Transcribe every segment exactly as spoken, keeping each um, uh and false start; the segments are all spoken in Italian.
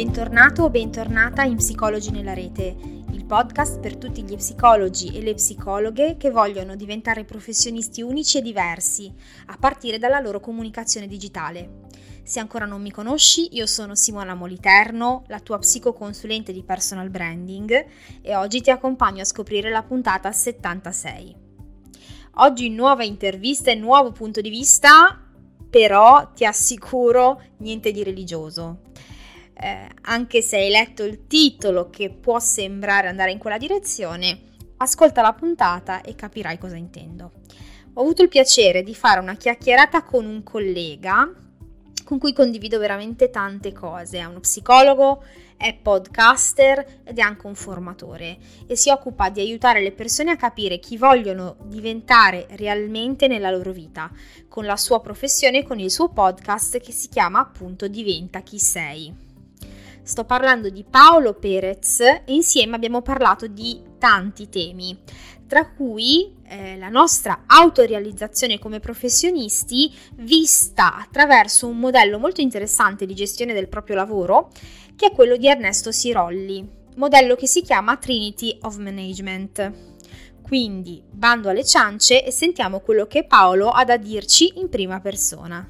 Bentornato o bentornata in Psicologi nella Rete, il podcast per tutti gli psicologi e le psicologhe che vogliono diventare professionisti unici e diversi, a partire dalla loro comunicazione digitale. Se ancora non mi conosci, io sono Simona Moliterno, la tua psicoconsulente di personal branding, e oggi ti accompagno a scoprire la puntata settantasei. Oggi nuova intervista e nuovo punto di vista, però ti assicuro niente di religioso. Eh, anche se hai letto il titolo che può sembrare andare in quella direzione, ascolta la puntata e capirai cosa intendo. Ho avuto il piacere di fare una chiacchierata con un collega con cui condivido veramente tante cose. È uno psicologo, è podcaster ed è anche un formatore e si occupa di aiutare le persone a capire chi vogliono diventare realmente nella loro vita, con la sua professione e con il suo podcast che si chiama appunto Diventa chi sei. Sto parlando di Paolo Perez e insieme abbiamo parlato di tanti temi, tra cui eh, la nostra autorealizzazione come professionisti vista attraverso un modello molto interessante di gestione del proprio lavoro, che è quello di Ernesto Sirolli, modello che si chiama Trinity of Management. Quindi bando alle ciance e sentiamo quello che Paolo ha da dirci in prima persona.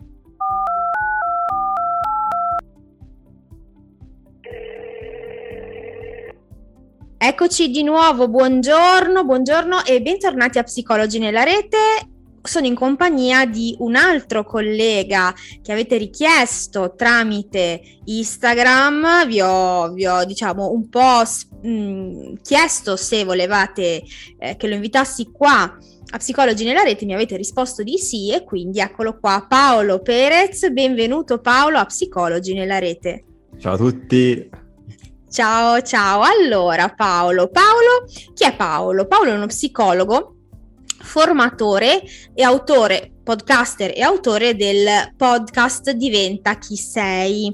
Eccoci di nuovo, buongiorno, buongiorno e bentornati a Psicologi nella Rete. Sono in compagnia di un altro collega che avete richiesto tramite Instagram. Vi ho, vi ho diciamo un po' mh, chiesto se volevate eh, che lo invitassi qua a Psicologi nella Rete, mi avete risposto di sì e quindi eccolo qua, Paolo Perez. Benvenuto Paolo a Psicologi nella Rete. Ciao a tutti. Ciao, ciao. Allora, Paolo. Paolo, chi è Paolo? Paolo è uno psicologo, formatore e autore, podcaster e autore del podcast Diventa chi sei.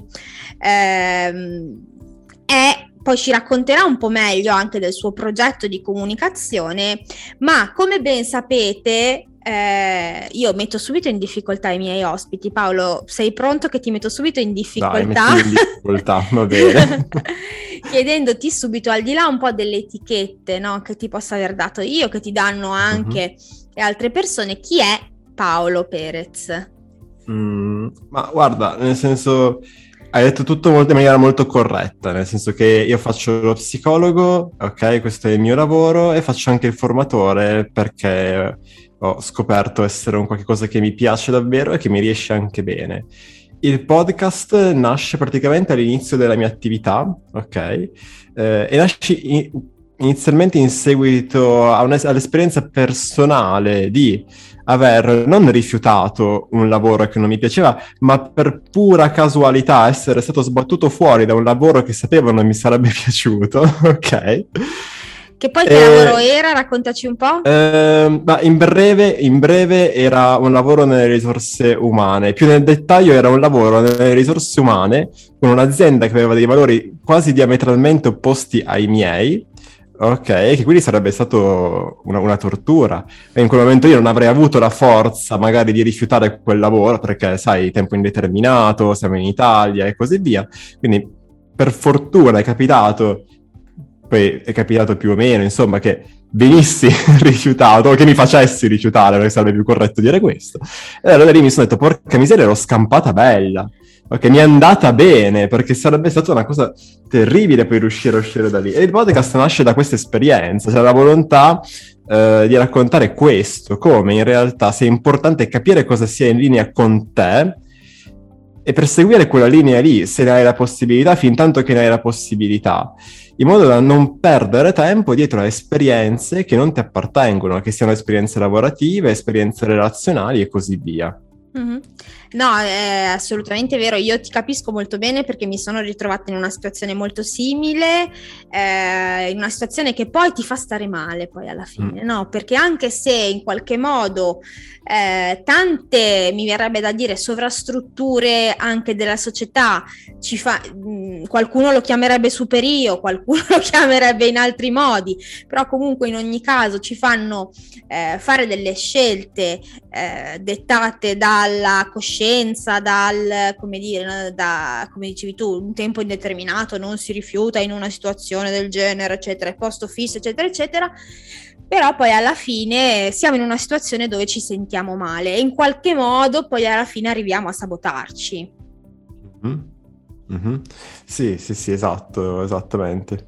Ehm, è Poi ci racconterà un po' meglio anche del suo progetto di comunicazione, ma come ben sapete eh, io metto subito in difficoltà i miei ospiti. Paolo, sei pronto che ti metto subito in difficoltà? Dai, metti in difficoltà, va bene. Chiedendoti subito, al di là un po' delle etichette, no, che ti posso aver dato io, che ti danno anche uh-huh. e altre persone, chi è Paolo Perez? Mm, ma guarda, nel senso... Hai detto tutto molto, in maniera molto corretta, nel senso che io faccio lo psicologo, ok, questo è il mio lavoro, e faccio anche il formatore perché ho scoperto essere un qualche cosa che mi piace davvero e che mi riesce anche bene. Il podcast nasce praticamente all'inizio della mia attività, ok, eh, e nasce in, inizialmente in seguito a un, all'esperienza personale di aver non rifiutato un lavoro che non mi piaceva, ma per pura casualità essere stato sbattuto fuori da un lavoro che sapevo non mi sarebbe piaciuto, ok? Che poi che eh, lavoro era? Raccontaci un po'. Eh, ma in breve, in breve era un lavoro nelle risorse umane. Più nel dettaglio era un lavoro nelle risorse umane con un'azienda che aveva dei valori quasi diametralmente opposti ai miei. Ok, che quindi sarebbe stato una, una tortura. E in quel momento io non avrei avuto la forza magari di rifiutare quel lavoro perché, sai, tempo indeterminato, siamo in Italia e così via. Quindi per fortuna è capitato, poi è capitato più o meno, insomma, che venissi rifiutato, o che mi facessi rifiutare, perché sarebbe più corretto dire questo. E allora lì mi sono detto, porca miseria, ero scampata bella. Ok, mi è andata bene, perché sarebbe stata una cosa terribile poi riuscire a uscire da lì. E il podcast nasce da questa esperienza, cioè la volontà eh, di raccontare questo, come in realtà sia importante capire cosa sia in linea con te e perseguire quella linea lì, se ne hai la possibilità, fin tanto che ne hai la possibilità, in modo da non perdere tempo dietro a esperienze che non ti appartengono, che siano esperienze lavorative, esperienze relazionali e così via. Mm-hmm. No, è assolutamente vero, io ti capisco molto bene perché mi sono ritrovata in una situazione molto simile, eh, in una situazione che poi ti fa stare male poi alla fine, mm. no? Perché anche se in qualche modo eh, tante, mi verrebbe da dire, sovrastrutture anche della società, ci fa, mh, qualcuno lo chiamerebbe superio, qualcuno lo chiamerebbe in altri modi, però comunque in ogni caso ci fanno eh, fare delle scelte eh, dettate dalla coscienza conoscenza dal, come dire, da, come dicevi tu, un tempo indeterminato, non si rifiuta in una situazione del genere, eccetera, è posto fisso, eccetera, eccetera. Però poi alla fine siamo in una situazione dove ci sentiamo male e in qualche modo poi alla fine arriviamo a sabotarci. Mm-hmm. Mm-hmm. Sì, sì, sì, esatto, esattamente.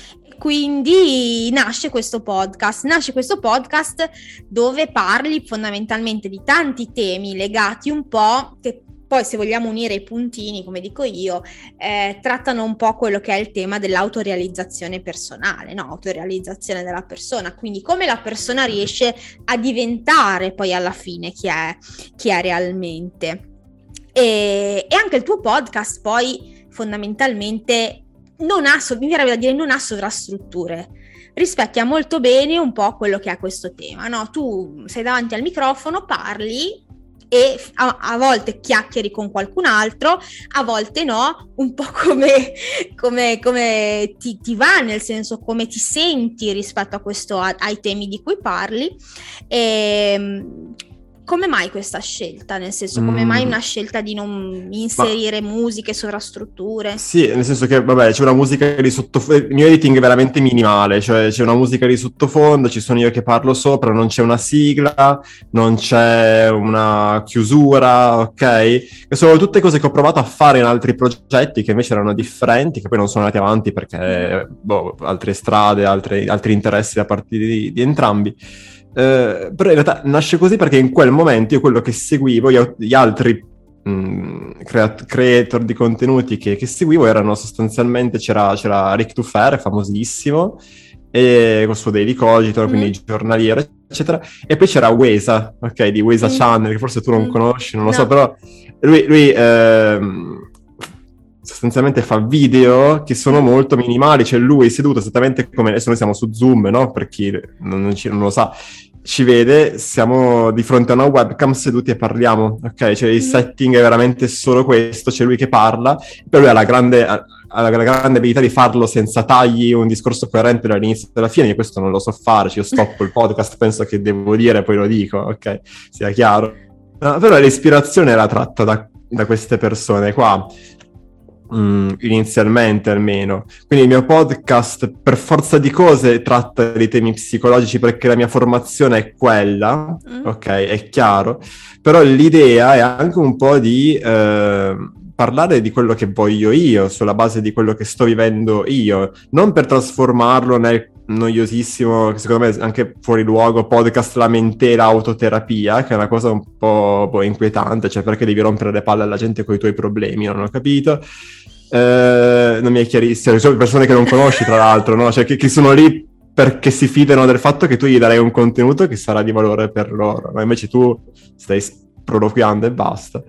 Quindi nasce questo podcast, nasce questo podcast dove parli fondamentalmente di tanti temi legati un po', che poi se vogliamo unire i puntini, come dico io, eh, trattano un po' quello che è il tema dell'autorealizzazione personale, no? Autorealizzazione della persona, quindi come la persona riesce a diventare poi alla fine chi è, chi è realmente. E, e anche il tuo podcast poi fondamentalmente non ha, mi verrebbe da dire, non ha sovrastrutture, rispecchia molto bene un po' quello che è questo tema, no? Tu sei davanti al microfono, parli e a, a volte chiacchieri con qualcun altro, a volte no, un po' come, come, come ti, ti va, nel senso come ti senti rispetto a questo, a, ai temi di cui parli. E come mai questa scelta? Nel senso, come mai una scelta di non inserire Ma... musiche, sovrastrutture? Sì, nel senso che, vabbè, c'è una musica di sottofondo, il mio editing è veramente minimale, cioè c'è una musica di sottofondo, ci sono io che parlo sopra, non c'è una sigla, non c'è una chiusura, ok? Che sono tutte cose che ho provato a fare in altri progetti che invece erano differenti, che poi non sono andati avanti perché, boh, altre strade, altre, altri interessi da parte di, di entrambi. Uh, però in realtà nasce così perché in quel momento io quello che seguivo, gli, gli altri mh, creat- creator di contenuti che, che seguivo erano sostanzialmente, c'era, c'era Rick Tuffer, famosissimo, e col suo Daily Cogito, mm. quindi giornaliero, eccetera, e poi c'era Wesa, ok, di Wesa mm. Channel, che forse tu non mm. conosci, non lo no. so, però lui... lui ehm, sostanzialmente fa video che sono molto minimali, cioè lui seduto esattamente come adesso noi siamo su Zoom, no? Per chi non, non, ci, non lo sa, ci vede, siamo di fronte a una webcam seduti e parliamo, ok? Cioè il setting è veramente solo questo, c'è lui che parla, però lui ha la grande, ha la, la grande abilità di farlo senza tagli, un discorso coerente dall'inizio alla fine. Io questo non lo so fare, cioè io stoppo il podcast, penso che devo dire, poi lo dico, ok? Sia chiaro. No, però l'ispirazione era tratta da, da queste persone qua. Mm, inizialmente almeno, quindi il mio podcast per forza di cose tratta di temi psicologici perché la mia formazione è quella, mm. ok, è chiaro, però l'idea è anche un po' di eh, parlare di quello che voglio io, sulla base di quello che sto vivendo io, non per trasformarlo nel noiosissimo, secondo me anche fuori luogo, podcast lamentela autoterapia, che è una cosa un po', po' inquietante, cioè perché devi rompere le palle alla gente con i tuoi problemi, non ho capito. Eh, non mi è chiarissimo, ci sono persone che non conosci tra l'altro, no? Cioè che, che sono lì perché si fidano del fatto che tu gli darai un contenuto che sarà di valore per loro, ma invece tu stai sproloquiando e basta.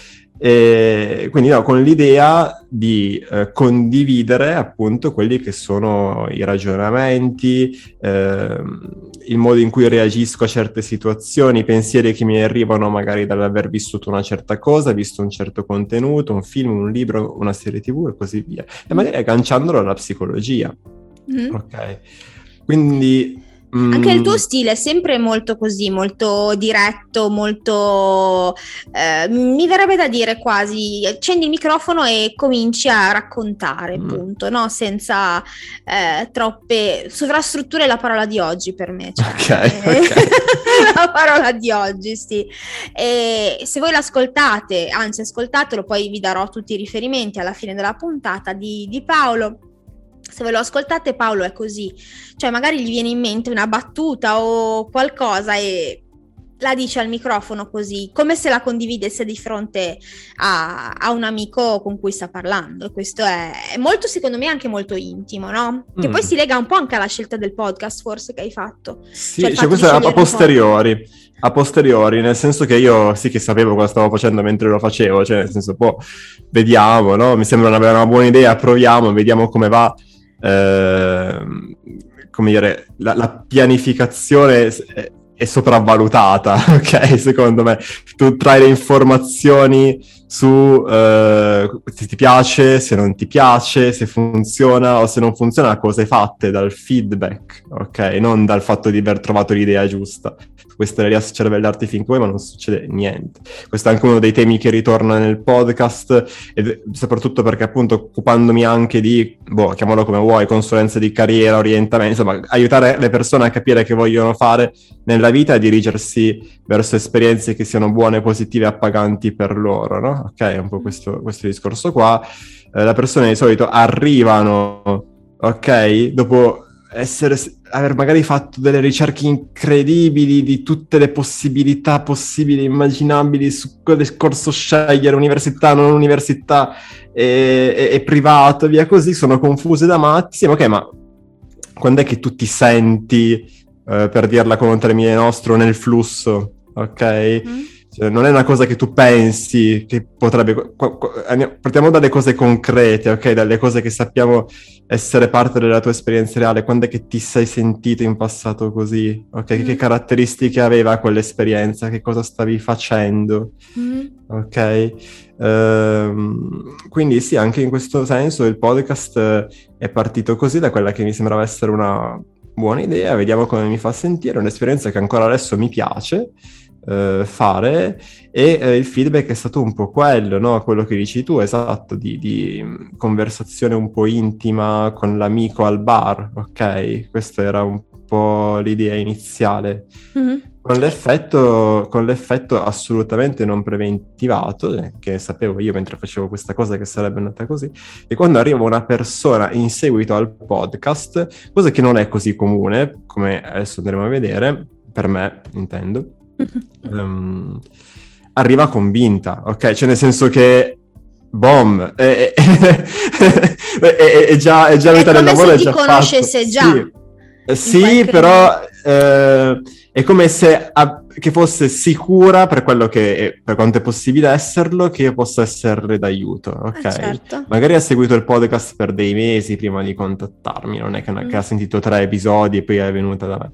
E quindi no, con l'idea di eh, condividere appunto quelli che sono i ragionamenti, eh, il modo in cui reagisco a certe situazioni, i pensieri che mi arrivano magari dall'aver vissuto una certa cosa, visto un certo contenuto, un film, un libro, una serie tivù e così via, e magari agganciandolo alla psicologia. Mm. Ok, quindi anche il tuo stile è sempre molto così, molto diretto, molto... Eh, mi verrebbe da dire quasi, accendi il microfono e cominci a raccontare, mm. punto, no? Senza eh, troppe... Sovrastrutture è la parola di oggi per me. Cioè, ok, ok. La parola di oggi, sì. E se voi l'ascoltate, anzi ascoltatelo, poi vi darò tutti i riferimenti alla fine della puntata di, di Paolo. Se ve lo ascoltate, Paolo è così, cioè magari gli viene in mente una battuta o qualcosa e la dice al microfono così, come se la condividesse di fronte a, a un amico con cui sta parlando. Questo è, è molto, secondo me, anche molto intimo, no? Mm. Che poi si lega un po' anche alla scelta del podcast, forse, che hai fatto. Sì, cioè, cioè questo è a posteriori, a posteriori, nel senso che io sì che sapevo cosa stavo facendo mentre lo facevo, cioè nel senso, boh, vediamo, no? Mi sembra una, una buona idea, proviamo, vediamo come va. Eh, come dire, la, la pianificazione è, è sopravvalutata, ok? Secondo me tu trai le informazioni su eh, se ti piace, se non ti piace, se funziona o se non funziona, cose fatte dal feedback, ok? Non dal fatto di aver trovato l'idea giusta. Puoi stare lì a cervellarti finché vuoi, ma non succede niente. Questo è anche uno dei temi che ritorna nel podcast, e soprattutto perché appunto occupandomi anche di, boh, chiamalo come vuoi, consulenza di carriera, orientamento, insomma, aiutare le persone a capire che vogliono fare nella vita e dirigersi verso esperienze che siano buone, positive e appaganti per loro, no? Ok, è un po' questo, questo discorso qua. Eh, le persone di solito arrivano, ok, dopo essere, aver magari fatto delle ricerche incredibili di tutte le possibilità possibili e immaginabili su quale corso scegliere, università, non università e, e, e privato, via così, sono confuse da matti. Ok, ma quando è che tu ti senti, eh, per dirla con un termine nostro, nel flusso, ok? Mm. Cioè, non è una cosa che tu pensi che potrebbe... Qu- qu- partiamo dalle cose concrete, ok? Dalle cose che sappiamo essere parte della tua esperienza reale. Quando è che ti sei sentito in passato così? Ok? Mm. Che caratteristiche aveva quell'esperienza? Che cosa stavi facendo? Mm. Ok? Ehm, quindi sì, anche in questo senso il podcast è partito così, da quella che mi sembrava essere una buona idea. Vediamo come mi fa sentire. Un'esperienza che ancora adesso mi piace Uh, fare, e uh, il feedback è stato un po' quello, no? Quello che dici tu, esatto, di, di conversazione un po' intima con l'amico al bar, ok? Questa era un po' l'idea iniziale, mm-hmm. con l'effetto, con l'effetto assolutamente non preventivato, che sapevo io mentre facevo questa cosa che sarebbe andata così, e quando arriva una persona in seguito al podcast, cosa che non è così comune, come adesso andremo a vedere, per me intendo, Um, arriva convinta, ok? Cioè nel senso che boom, è, è, è, è già, è già metà del lavoro, è già fatto. È come se ti conoscesse già. Sì, sì, però eh, è come se a, che fosse sicura, per quello che è, per quanto è possibile esserlo, che io possa esserle d'aiuto, ok? Eh, certo. Magari ha seguito il podcast per dei mesi prima di contattarmi, non è che, mm. che ha sentito tre episodi e poi è venuta da me.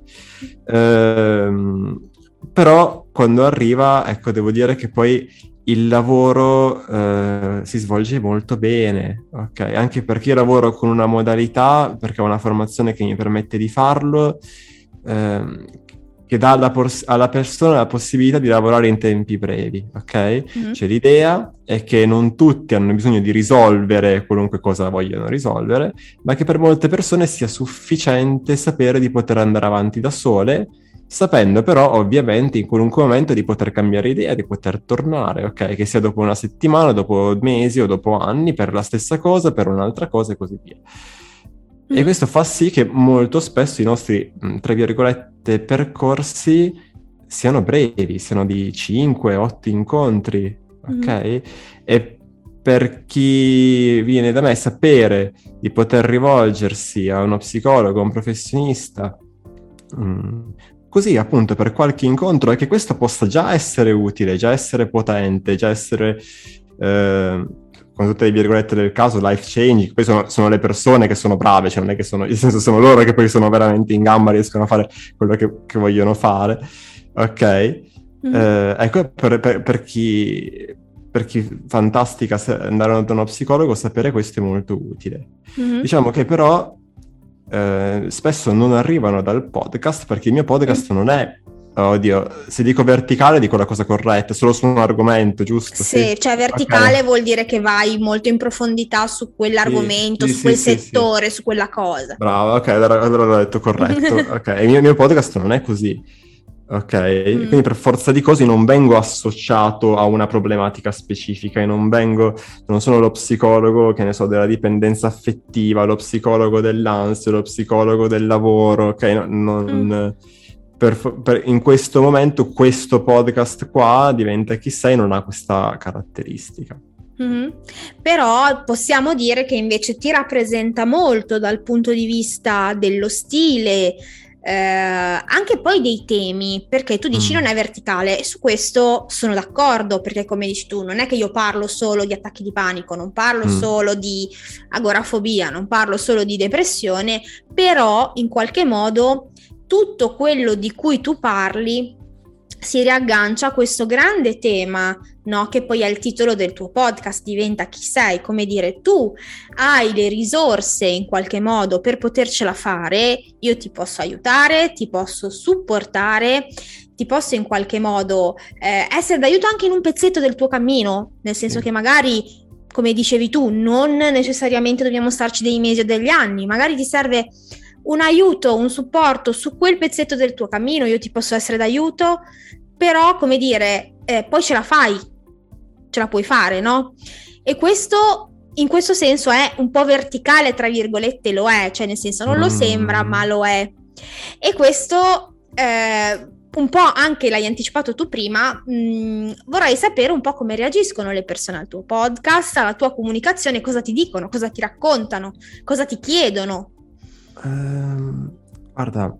Ehm... Però quando arriva, ecco, devo dire che poi il lavoro eh, si svolge molto bene, ok? Anche perché io lavoro con una modalità, perché ho una formazione che mi permette di farlo, eh, che dà alla, pos- alla persona la possibilità di lavorare in tempi brevi, ok? Mm-hmm. Cioè l'idea è che non tutti hanno bisogno di risolvere qualunque cosa vogliono risolvere, ma che per molte persone sia sufficiente sapere di poter andare avanti da sole, sapendo però ovviamente in qualunque momento di poter cambiare idea, di poter tornare, ok? Che sia dopo una settimana, dopo mesi o dopo anni, per la stessa cosa, per un'altra cosa e così via. Mm. E questo fa sì che molto spesso i nostri, tra virgolette, percorsi siano brevi, siano di cinque otto incontri, ok? Mm. E per chi viene da me, sapere di poter rivolgersi a uno psicologo, a un professionista, mh, così appunto per qualche incontro, è che questo possa già essere utile, già essere potente, già essere, eh, con tutte le virgolette del caso, life changing. Poi sono, sono le persone che sono brave, cioè non è che sono, nel senso sono loro che poi sono veramente in gamba, riescono a fare quello che, che vogliono fare, ok? Mm. Eh, ecco, per, per, per chi... per chi fantastica andare da uno psicologo, sapere questo è molto utile. Mm-hmm. Diciamo che però Eh, spesso non arrivano dal podcast, perché il mio podcast mm. non è, oddio, se dico verticale dico la cosa corretta, solo su un argomento, giusto? Sì, sì. Cioè verticale okay. Vuol dire che vai molto in profondità su quell'argomento, sì, sì, su quel sì, settore, sì. Su quella cosa. Bravo, ok, allora, allora l'ho detto corretto. Ok, il mio, il mio podcast non è così. Ok, mm. Quindi per forza di cose non vengo associato a una problematica specifica e non vengo, non sono lo psicologo, che ne so, della dipendenza affettiva, lo psicologo dell'ansia, lo psicologo del lavoro, ok? No, non, mm. per, per, in questo momento questo podcast qua diventa Chi sei non ha questa caratteristica. Mm-hmm. Però possiamo dire che invece ti rappresenta molto dal punto di vista dello stile, Eh, anche poi dei temi, perché tu dici mm. non è verticale, e su questo sono d'accordo, perché come dici tu non è che io parlo solo di attacchi di panico, non parlo mm. solo di agorafobia, non parlo solo di depressione, però in qualche modo tutto quello di cui tu parli si riaggancia a questo grande tema, no? Che poi è il titolo del tuo podcast, diventa chi sei, come dire, tu hai le risorse in qualche modo per potercela fare, io ti posso aiutare, ti posso supportare, ti posso in qualche modo eh, essere d'aiuto anche in un pezzetto del tuo cammino, nel senso Sì. che magari, come dicevi tu, non necessariamente dobbiamo starci dei mesi o degli anni, magari ti serve un aiuto, un supporto su quel pezzetto del tuo cammino, io ti posso essere d'aiuto, però come dire, eh, poi ce la fai, ce la puoi fare, no? E questo in questo senso è un po' verticale, tra virgolette, lo è, cioè nel senso non lo sembra, ma lo è. E questo eh, un po' anche l'hai anticipato tu prima, mh, vorrei sapere un po' come reagiscono le persone al tuo podcast, alla tua comunicazione, cosa ti dicono, cosa ti raccontano, cosa ti chiedono. Um, guarda,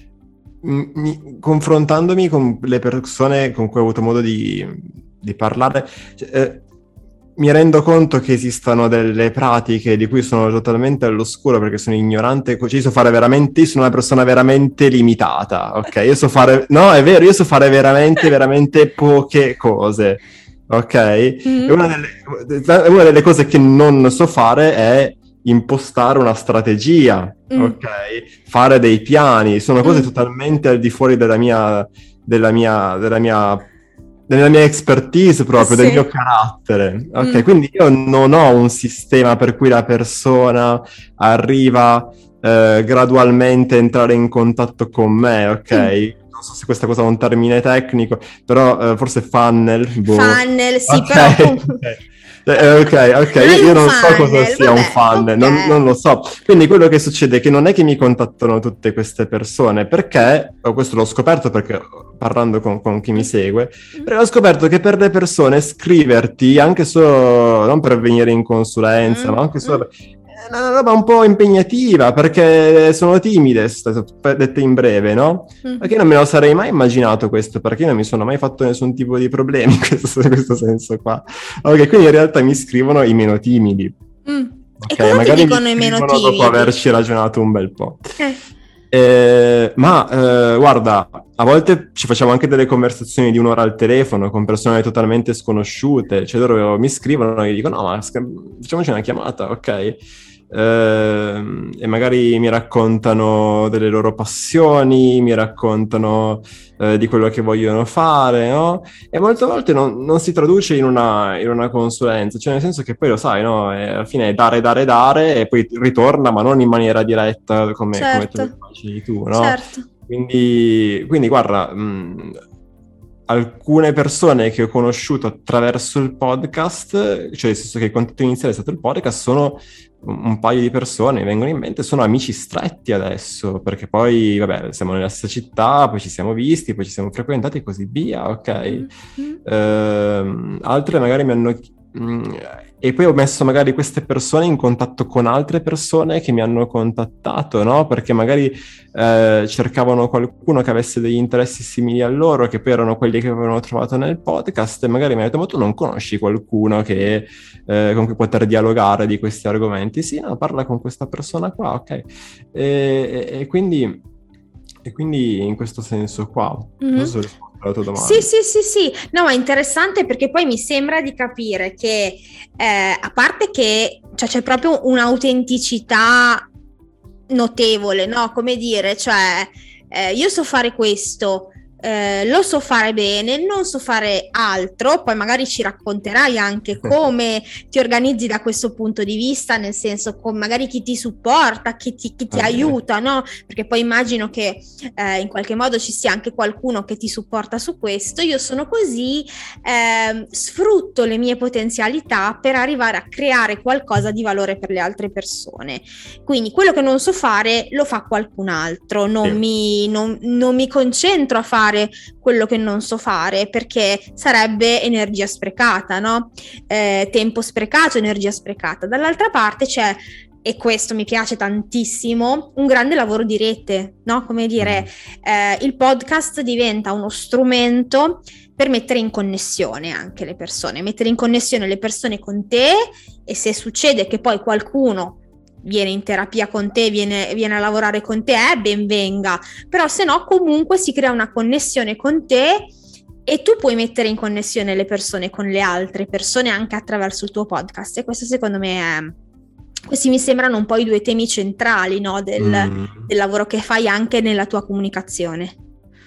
mi, confrontandomi con le persone con cui ho avuto modo di, di parlare, eh, mi rendo conto che esistano delle pratiche di cui sono totalmente all'oscuro perché sono ignorante, cioè io so fare veramente, io sono una persona veramente limitata, ok? Io so fare, no, è vero, io so fare veramente, veramente poche cose, ok? Mm. E una delle, una delle cose che non so fare è impostare una strategia, mm. ok? Fare dei piani, sono cose mm. totalmente al di fuori della mia, della mia, della mia, della mia expertise proprio, sì. del mio carattere, ok? Mm. Quindi io non ho un sistema per cui la persona arriva eh, gradualmente a entrare in contatto con me, ok? Mm. Non so se questa cosa è un termine tecnico, però eh, forse funnel. Boh. Funnel, sì, okay. però... okay. Eh, ok, ok, io, io non so cosa sia vabbè, un funnel, okay. non, non lo so. Quindi quello che succede è che non è che mi contattano tutte queste persone, perché, questo l'ho scoperto perché parlando con, con chi mi segue, perché ho scoperto che per le persone scriverti, anche solo, non per venire in consulenza, mm. ma anche solo... è una roba un po' impegnativa, perché sono timide, dette in breve, no? Mm. Perché non me lo sarei mai immaginato questo, perché non mi sono mai fatto nessun tipo di problemi in questo, in questo senso qua. Ok, quindi in realtà mi scrivono i meno timidi. Mm. Okay, e cosa magari ti dicono i meno timidi? Dopo averci ragionato un bel po'. Eh. Eh, ma eh, guarda, a volte ci facciamo anche delle conversazioni di un'ora al telefono con persone totalmente sconosciute, cioè loro mi scrivono e dico no ma facciamoci una chiamata, ok? Uh, e magari mi raccontano delle loro passioni, mi raccontano uh, di quello che vogliono fare, no? E molte volte non, non si traduce in una, in una consulenza, cioè nel senso che poi lo sai, no? E alla fine è dare, dare, dare e poi ritorna, ma non in maniera diretta come, certo. come tu immagini tu, no? Certo. Quindi, quindi guarda... Mh, alcune persone che ho conosciuto attraverso il podcast, cioè nel senso che il contatto iniziale è stato il podcast, sono un paio di persone, mi vengono in mente, sono amici stretti adesso, perché poi, vabbè, siamo nella stessa città, poi ci siamo visti, poi ci siamo frequentati e così via, ok? Mm-hmm. Uh, altre magari mi hanno... Mm, e poi ho messo magari queste persone in contatto con altre persone che mi hanno contattato, no? Perché magari eh, cercavano qualcuno che avesse degli interessi simili a loro, che poi erano quelli che avevano trovato nel podcast, e magari mi hanno detto, ma tu non conosci qualcuno che, eh, con cui poter dialogare di questi argomenti? Sì, no, parla con questa persona qua, ok. E, e, e quindi... E quindi in questo senso qua, mm-hmm. non so se ho risposto alla tua domanda. Sì, sì, sì, sì. No, ma è interessante perché poi mi sembra di capire che, eh, a parte che cioè, c'è proprio un'autenticità notevole, no? Come dire, cioè, eh, io so fare questo, eh, lo so fare bene, non so fare altro, poi magari ci racconterai anche come ti organizzi da questo punto di vista, nel senso con magari chi ti supporta, chi ti, chi ti okay. aiuta, no? Perché poi immagino che eh, in qualche modo ci sia anche qualcuno che ti supporta su questo. Io sono così, eh, sfrutto le mie potenzialità per arrivare a creare qualcosa di valore per le altre persone. Quindi quello che non so fare lo fa qualcun altro, non, sì. mi, non, non mi concentro a fare quello che non so fare, perché sarebbe energia sprecata, no? Eh, tempo sprecato, energia sprecata. Dall'altra parte c'è, e questo mi piace tantissimo, un grande lavoro di rete, no? Come dire, eh, il podcast diventa uno strumento per mettere in connessione anche le persone, mettere in connessione le persone con te, e se succede che poi qualcuno viene in terapia con te, viene, viene a lavorare con te, eh, ben venga, però se no comunque si crea una connessione con te e tu puoi mettere in connessione le persone con le altre persone anche attraverso il tuo podcast, e questo secondo me è... Questi mi sembrano un po' i due temi centrali, no, del, mm. del lavoro che fai anche nella tua comunicazione.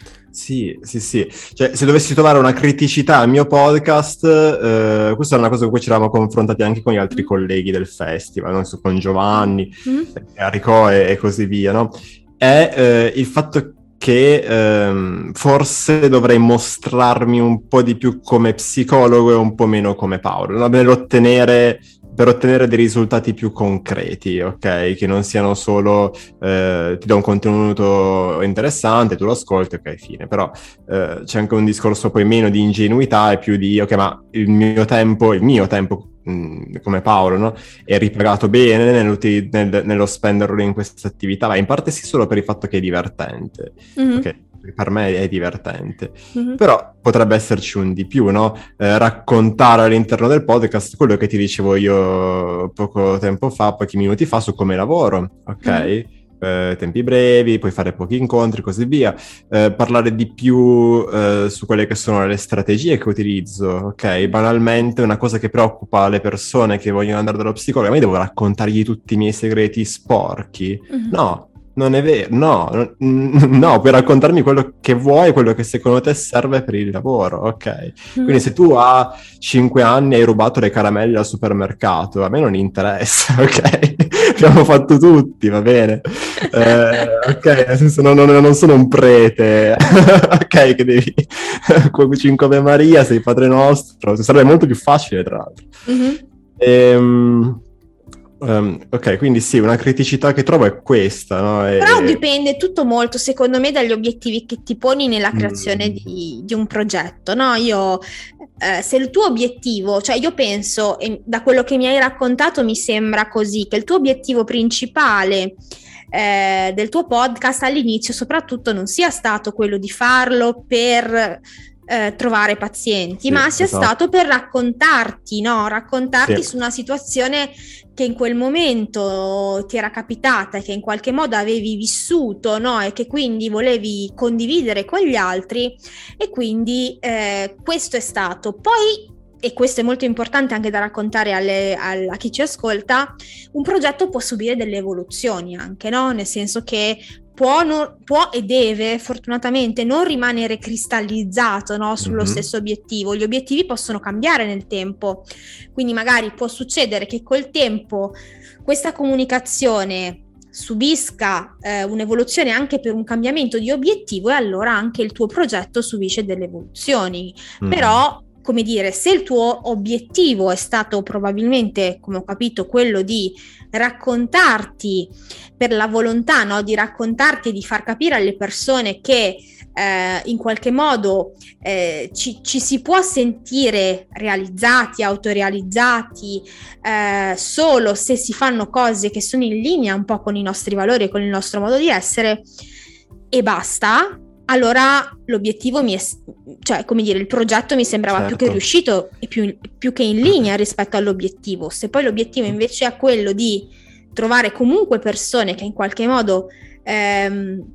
Sì, sì, sì. Cioè, se dovessi trovare una criticità al mio podcast, eh, questa è una cosa con cui ci eravamo confrontati anche con gli altri mm. colleghi del festival, non so, con Giovanni, mm. Enrico e, e così via, no? È eh, il fatto che ehm, forse dovrei mostrarmi un po' di più come psicologo e un po' meno come Paolo, no? Nell'ottenere... per ottenere dei risultati più concreti, ok? Che non siano solo eh, ti do un contenuto interessante, tu lo ascolti, ok, fine. Però eh, c'è anche un discorso poi meno di ingenuità e più di, ok, ma il mio tempo, il mio tempo mh, come Paolo, no? È ripagato bene nel, nello spenderlo in questa attività, ma in parte sì solo per il fatto che è divertente, mm-hmm. ok? Per me è divertente, mm-hmm. però potrebbe esserci un di più, no? Eh, raccontare all'interno del podcast quello che ti dicevo io poco tempo fa, pochi minuti fa, su come lavoro, ok? Mm-hmm. Eh, tempi brevi, puoi fare pochi incontri, così via. Eh, parlare di più eh, su quelle che sono le strategie che utilizzo, ok? Banalmente una cosa che preoccupa le persone che vogliono andare dallo psicologo, ma io devo raccontargli tutti i miei segreti sporchi? Mm-hmm. No. Non è vero, no, no, puoi raccontarmi quello che vuoi, quello che secondo te serve per il lavoro, ok? Mm. Quindi se tu a cinque anni hai rubato le caramelle al supermercato, a me non interessa, ok? Abbiamo fatto tutti, va bene? Eh, ok, nel senso non, non, non sono un prete, ok, che devi... cinque Ave Maria, sei Padre Nostro, sarebbe molto più facile tra l'altro. Mm-hmm. Ehm... Um, ok, quindi sì, una criticità che trovo è questa, no? E... Però dipende tutto molto, secondo me, dagli obiettivi che ti poni nella creazione mm. di, di un progetto, no? Io, eh, se il tuo obiettivo, cioè io penso, e da quello che mi hai raccontato mi sembra così, che il tuo obiettivo principale eh, del tuo podcast all'inizio soprattutto non sia stato quello di farlo per... Eh, trovare pazienti, sì, ma sia esatto. stato per raccontarti, no? Raccontarti sì. su una situazione che in quel momento ti era capitata e che in qualche modo avevi vissuto, no? E che quindi volevi condividere con gli altri, e quindi eh, questo è stato. Poi, e questo è molto importante anche da raccontare alle, alle, a chi ci ascolta, un progetto può subire delle evoluzioni anche, no? Nel senso che Può, non, può e deve fortunatamente non rimanere cristallizzato, no, sullo mm-hmm. stesso obiettivo. Gli obiettivi possono cambiare nel tempo, quindi magari può succedere che col tempo questa comunicazione subisca eh, un'evoluzione anche per un cambiamento di obiettivo, e allora anche il tuo progetto subisce delle evoluzioni. Mm-hmm. Però, come dire, se il tuo obiettivo è stato probabilmente, come ho capito, quello di raccontarti per la volontà, no, di raccontarti e di far capire alle persone che eh, in qualche modo eh, ci, ci si può sentire realizzati, autorealizzati eh, solo se si fanno cose che sono in linea un po' con i nostri valori e con il nostro modo di essere, e basta, allora l'obiettivo mi è, cioè come dire, il progetto mi sembrava certo. più che riuscito e più, più che in linea rispetto all'obiettivo. Se poi l'obiettivo invece è quello di trovare comunque persone che in qualche modo ehm,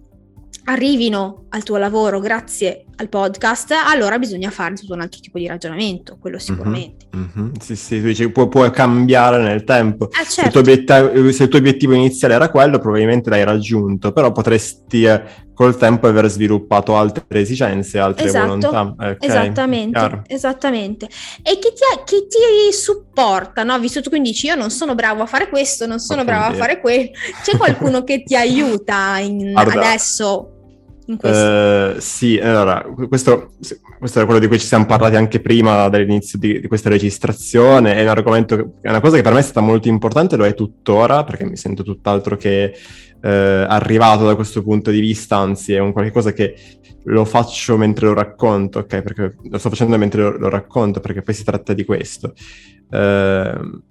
arrivino al tuo lavoro grazie al podcast, allora bisogna fare tutto un altro tipo di ragionamento, quello sicuramente. Mm-hmm, mm-hmm. Sì, sì, tu dici, può, può cambiare nel tempo. Eh, certo. se, il tuo obiettivo, se il tuo obiettivo iniziale era quello, probabilmente l'hai raggiunto, però potresti eh, col tempo aver sviluppato altre esigenze, altre esatto. volontà. Okay, esattamente, chiaro. esattamente. E chi ti, ha, chi ti supporta, no? Visto che tu quindi dici io non sono bravo a fare questo, non sono bravo a fare quello, c'è qualcuno che ti aiuta in, adesso? In uh, sì, allora, questo, questo è quello di cui ci siamo parlati anche prima dall'inizio di, di questa registrazione, è un argomento, che, è una cosa che per me è stata molto importante, lo è tuttora, perché mi sento tutt'altro che eh, arrivato da questo punto di vista, anzi è un qualche cosa che lo faccio mentre lo racconto, ok? Perché lo sto facendo mentre lo, lo racconto, perché poi si tratta di questo. Uh,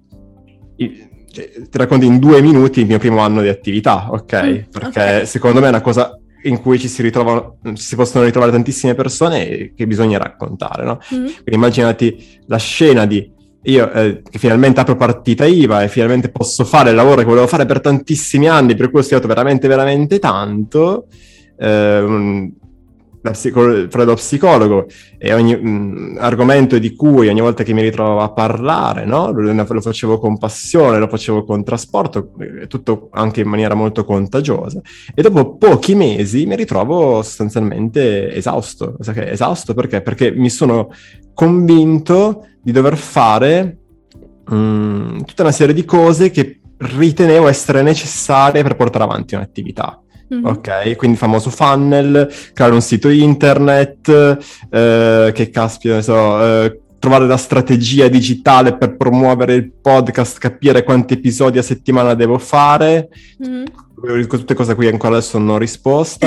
il, cioè, ti racconto in due minuti il mio primo anno di attività, ok? Mm, perché okay. secondo me è una cosa in cui ci si ritrovano, ci si possono ritrovare tantissime persone che bisogna raccontare, no? Mm. Quindi immaginati la scena di io eh, che finalmente apro partita I V A e finalmente posso fare il lavoro che volevo fare per tantissimi anni, per cui ho studiato veramente veramente tanto, eh, da psico- fra lo psicologo e ogni mh, argomento di cui ogni volta che mi ritrovavo a parlare, no? lo, lo facevo con passione, lo facevo con trasporto, tutto anche in maniera molto contagiosa. E dopo pochi mesi mi ritrovo sostanzialmente esausto. Esausto perché? Perché mi sono convinto di dover fare mh, tutta una serie di cose che ritenevo essere necessarie per portare avanti un'attività. Mm-hmm. Ok, quindi famoso funnel, creare un sito internet, eh, che caspita, ne so, eh, trovare la strategia digitale per promuovere il podcast, capire quanti episodi a settimana devo fare. Mm-hmm. Tutte cose a cui ancora adesso non ho risposta.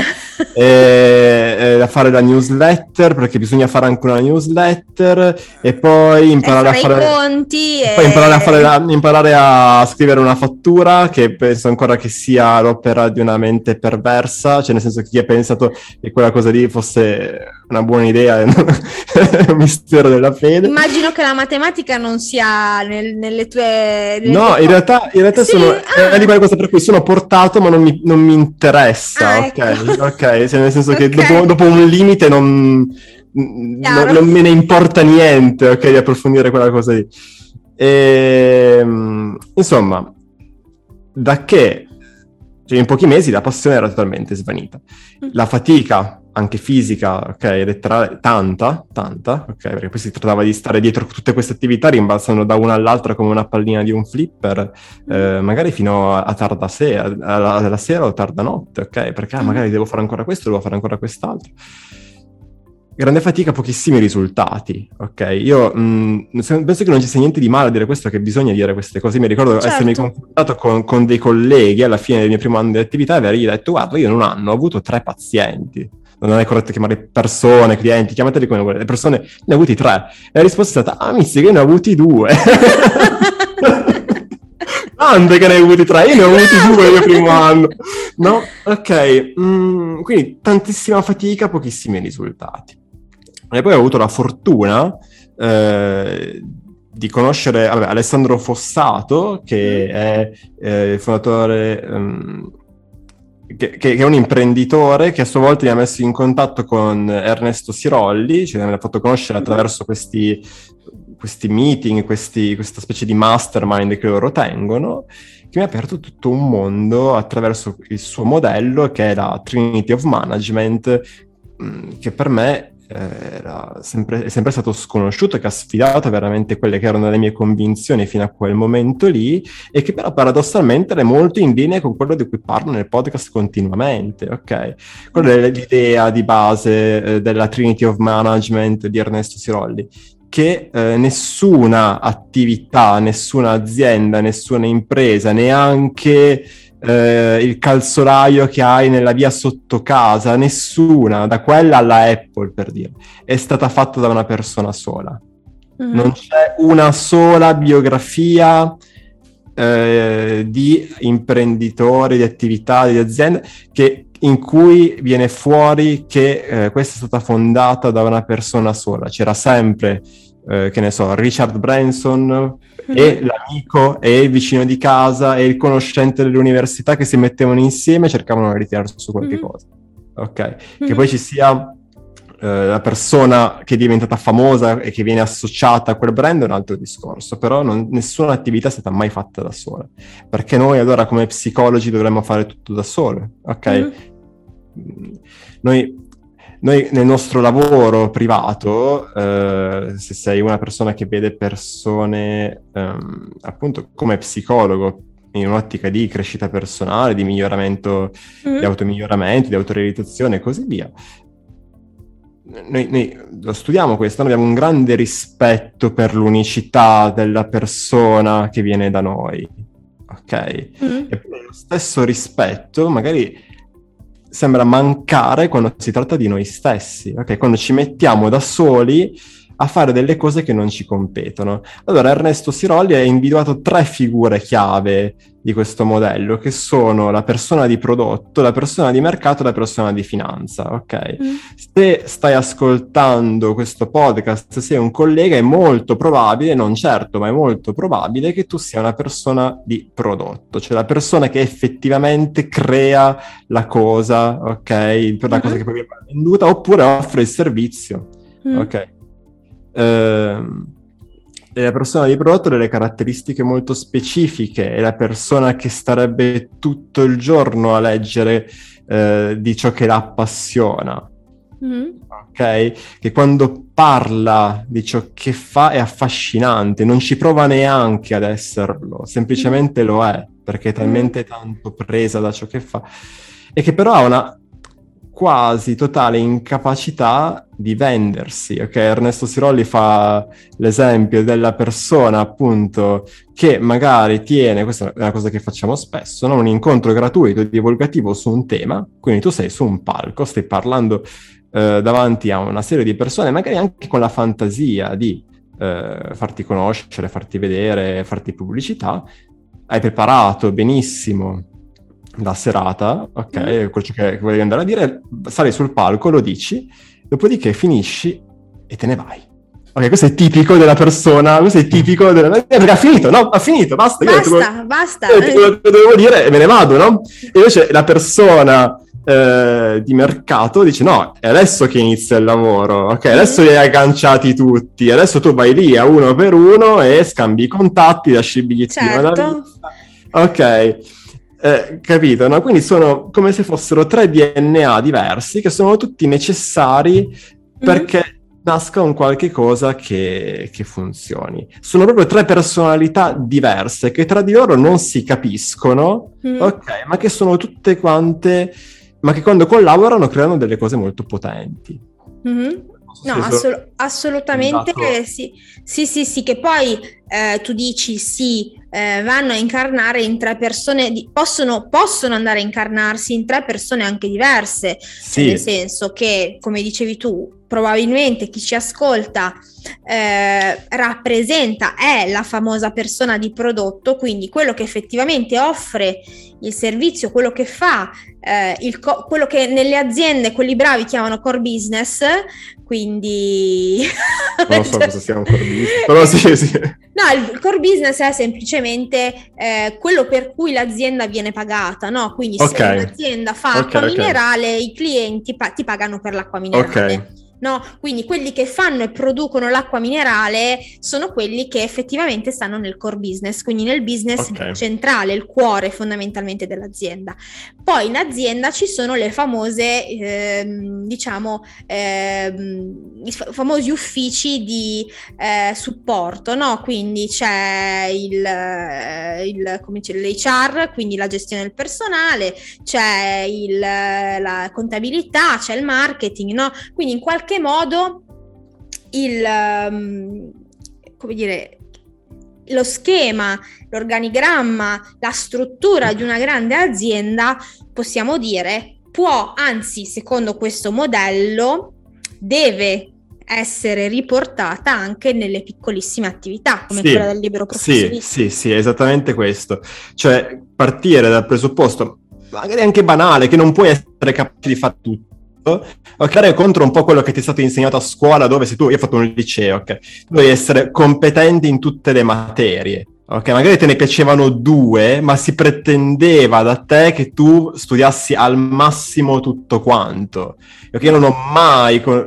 e, e fare la newsletter, perché bisogna fare anche una newsletter, e poi imparare e a fare i conti e... poi imparare a fare la, imparare a scrivere una fattura, che penso ancora che sia l'opera di una mente perversa, cioè nel senso che chi ha pensato che quella cosa lì fosse una buona idea è un mistero della fede. Immagino che la matematica non sia nel, nelle tue nelle no tue... in realtà, in realtà sì, sono ah. è di quella cosa per cui sono portato ma non mi, non mi interessa. Ah, ok, ecco. Ok, cioè nel senso che okay. dopo, dopo un limite non, non, non me ne importa niente, ok, di approfondire quella cosa lì. E, insomma, da che cioè in pochi mesi la passione era totalmente svanita, la fatica anche fisica, ok, letterale, tanta, tanta, ok, perché poi si trattava di stare dietro tutte queste attività rimbalzando da una all'altra come una pallina di un flipper, eh, magari fino a, a tarda sera, alla, alla sera o tarda notte, ok, perché ah, magari devo fare ancora questo, devo fare ancora quest'altro. Grande fatica, pochissimi risultati, ok? Io mh, penso che non ci sia niente di male a dire questo, che bisogna dire queste cose. Mi ricordo certo. essermi confrontato con, con dei colleghi alla fine del mio primo anno di attività e avergli detto: guarda, io in un anno ho avuto tre pazienti. Non è corretto chiamare persone, clienti, chiamateli come volete. Le persone, ne ho avuti tre. E la risposta è stata: ah, mi sì, che ne ho avuti due. Tante che ne hai avuti tre, io ne ho avuti due nel mio primo anno. No? Ok. Mm, quindi tantissima fatica, pochissimi risultati. E poi ho avuto la fortuna eh, di conoscere vabbè, Alessandro Fossato, che è eh, il fondatore, um, che, che è un imprenditore che a sua volta mi ha messo in contatto con Ernesto Sirolli, cioè me l'ha fatto conoscere attraverso questi, questi meeting, questi, questa specie di mastermind che loro tengono, che mi ha aperto tutto un mondo attraverso il suo modello, che è la Trinity of Management, mh, che per me era sempre, è sempre stato sconosciuto, che ha sfidato veramente quelle che erano le mie convinzioni fino a quel momento lì, e che però paradossalmente è molto in linea con quello di cui parlo nel podcast continuamente, ok? Quella è l'idea di base eh, della Trinity of Management di Ernesto Sirolli, che eh, nessuna attività, nessuna azienda, nessuna impresa, neanche Uh, il calzolaio che hai nella via sotto casa, nessuna, da quella alla Apple per dire, è stata fatta da una persona sola. Mm-hmm. Non c'è una sola biografia uh, di imprenditori, di attività, di aziende che, in cui viene fuori che uh, questa è stata fondata da una persona sola. C'era sempre uh, che ne so, Richard Branson e l'amico e il vicino di casa e il conoscente dell'università che si mettevano insieme e cercavano di ritirare su qualche mm-hmm. cosa, ok? Mm-hmm. Che poi ci sia eh, la persona che è diventata famosa e che viene associata a quel brand è un altro discorso, però non, nessuna attività è stata mai fatta da sola, perché noi allora come psicologi dovremmo fare tutto da sole, ok? Mm-hmm. Noi Noi nel nostro lavoro privato, eh, se sei una persona che vede persone ehm, appunto come psicologo in un'ottica di crescita personale, di miglioramento, mm. di automiglioramento, di autorealizzazione e così via, noi, noi lo studiamo questo, noi abbiamo un grande rispetto per l'unicità della persona che viene da noi, ok? Mm. E poi lo stesso rispetto magari sembra mancare quando si tratta di noi stessi, ok? Quando ci mettiamo da soli a fare delle cose che non ci competono. Allora Ernesto Sirolli ha individuato tre figure chiave di questo modello, che sono la persona di prodotto, la persona di mercato e la persona di finanza, ok? Mm. Se stai ascoltando questo podcast, se sei un collega, è molto probabile, non certo, ma è molto probabile che tu sia una persona di prodotto, cioè la persona che effettivamente crea la cosa, ok? Per la mm-hmm. cosa che poi viene venduta, oppure offre il servizio, mm. ok? Ehm... La persona di prodotto ha delle caratteristiche molto specifiche, è la persona che starebbe tutto il giorno a leggere eh, di ciò che la appassiona, mm. ok? Che quando parla di ciò che fa è affascinante, non ci prova neanche ad esserlo, semplicemente mm. lo è, perché è talmente mm. tanto presa da ciò che fa, e che però ha una quasi totale incapacità di vendersi, ok? Ernesto Sirolli fa l'esempio della persona appunto che magari tiene, questa è una cosa che facciamo spesso, no? Un incontro gratuito divulgativo su un tema, quindi tu sei su un palco, stai parlando eh, davanti a una serie di persone, magari anche con la fantasia di eh, farti conoscere, farti vedere, farti pubblicità, hai preparato benissimo la serata, ok, mm. quello che volevi andare a dire, sali sul palco, lo dici, dopodiché finisci e te ne vai. Ok, questo è tipico della persona, questo è tipico della... Perché ha finito, no? Ha finito, basta. Basta, io devo... basta. Io devo, devo dire e me ne vado, no? E invece la persona eh, di mercato dice, no, è adesso che inizia il lavoro, ok? Adesso li hai agganciati tutti, adesso tu vai lì a uno per uno e scambi i contatti, lasci il bigliettino certo. da vista. Ok. Eh, capito, no? Quindi sono come se fossero tre D N A diversi che sono tutti necessari perché mm. nasca un qualche cosa che, che funzioni. Sono proprio tre personalità diverse che tra di loro non si capiscono, mm. ok, ma che sono tutte quante, ma che quando collaborano creano delle cose molto potenti. Mm-hmm. No, assol- assolutamente dato... sì. Sì, sì, sì, che poi eh, tu dici sì, eh, vanno a incarnare in tre persone, di- possono, possono andare a incarnarsi in tre persone anche diverse, sì. Nel senso che, come dicevi tu, probabilmente chi ci ascolta eh, rappresenta, è la famosa persona di prodotto, quindi quello che effettivamente offre il servizio, quello che fa, eh, il co- quello che nelle aziende quelli bravi chiamano core business, quindi... Non so cosa sia un core business, però sì, sì. No, il core business è semplicemente eh, quello per cui l'azienda viene pagata, no? Quindi okay. Se un'azienda fa okay, acqua okay. minerale, i clienti pa- ti pagano per l'acqua minerale. Ok. No? Quindi quelli che fanno e producono l'acqua minerale sono quelli che effettivamente stanno nel core business, quindi nel business okay. centrale, il cuore fondamentalmente dell'azienda. Poi in azienda ci sono le famose, ehm, diciamo, ehm, i f- famosi uffici di eh, supporto, no? Quindi c'è il, il come dice, l'H R, quindi la gestione del personale, c'è il, la contabilità, c'è il marketing, no? Quindi in qualche che modo il um, come dire lo schema, l'organigramma, la struttura di una grande azienda, possiamo dire, può, anzi, secondo questo modello, deve essere riportata anche nelle piccolissime attività, come sì, quella del libero professionista. Sì, sì, sì, esattamente questo. Cioè, partire dal presupposto, magari anche banale, che non puoi essere capace di fare tutto, ok, contro un po' quello che ti è stato insegnato a scuola, dove se tu, io ho fatto un liceo, ok, devi essere competente in tutte le materie, ok, magari te ne piacevano due, ma si pretendeva da te che tu studiassi al massimo tutto quanto. Ok, io non ho mai, con...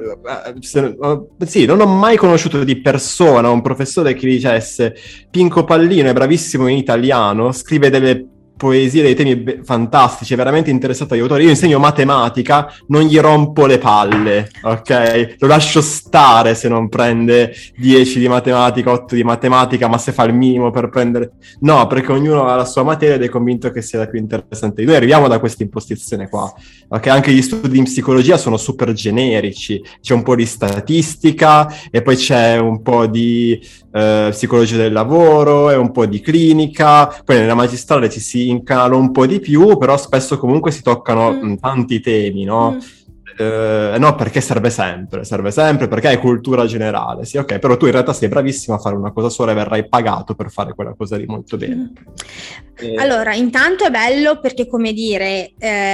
sì, non ho mai conosciuto di persona un professore che dicesse Pinco Pallino è bravissimo in italiano, scrive delle poesie, dei temi be- fantastici, è veramente interessato agli autori. Io insegno matematica, non gli rompo le palle, ok? Lo lascio stare se non prende dieci di matematica, otto di matematica, ma se fa il minimo per prendere... No, perché ognuno ha la sua materia ed è convinto che sia la più interessante. Noi arriviamo da questa impostazione qua, ok? Anche gli studi in psicologia sono super generici, c'è un po' di statistica e poi c'è un po' di eh, psicologia del lavoro e un po' di clinica, poi nella magistrale ci si incanala un po' di più, però spesso comunque si toccano mm. tanti temi, no? Mm. Eh, no, perché serve sempre, serve sempre perché è cultura generale, sì, ok, però tu in realtà sei bravissimo a fare una cosa sola e verrai pagato per fare quella cosa lì molto bene. Mm. E... Allora, intanto è bello perché, come dire,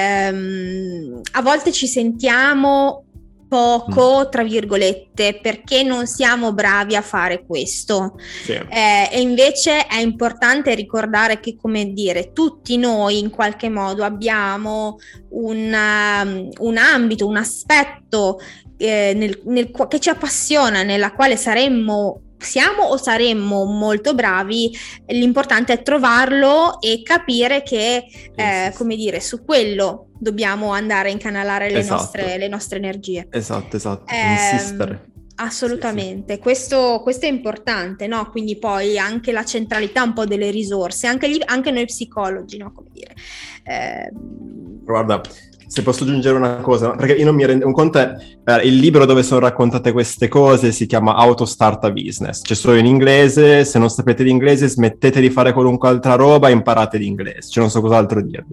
ehm, a volte ci sentiamo poco, tra virgolette, perché non siamo bravi a fare questo. Sì. Eh, e invece è importante ricordare che, come dire, tutti noi in qualche modo abbiamo un, um, un ambito, un aspetto eh, nel, nel, che ci appassiona, nella quale saremmo siamo o saremmo molto bravi. L'importante è trovarlo e capire che, eh, come dire, su quello dobbiamo andare a incanalare le, esatto. nostre, le nostre energie. Esatto, esatto, Eh, insistere. Assolutamente, sì, sì. Questo, questo è importante, no? Quindi poi anche la centralità un po' delle risorse, anche, gli, anche noi psicologi, no? Come dire. Eh, Guarda, se posso aggiungere una cosa, perché io non mi rendo un conto, è, eh, il libro dove sono raccontate queste cose si chiama How to Start a Business, c'è solo in inglese, se non sapete l'inglese smettete di fare qualunque altra roba e imparate l'inglese, cioè non so cos'altro dirvi.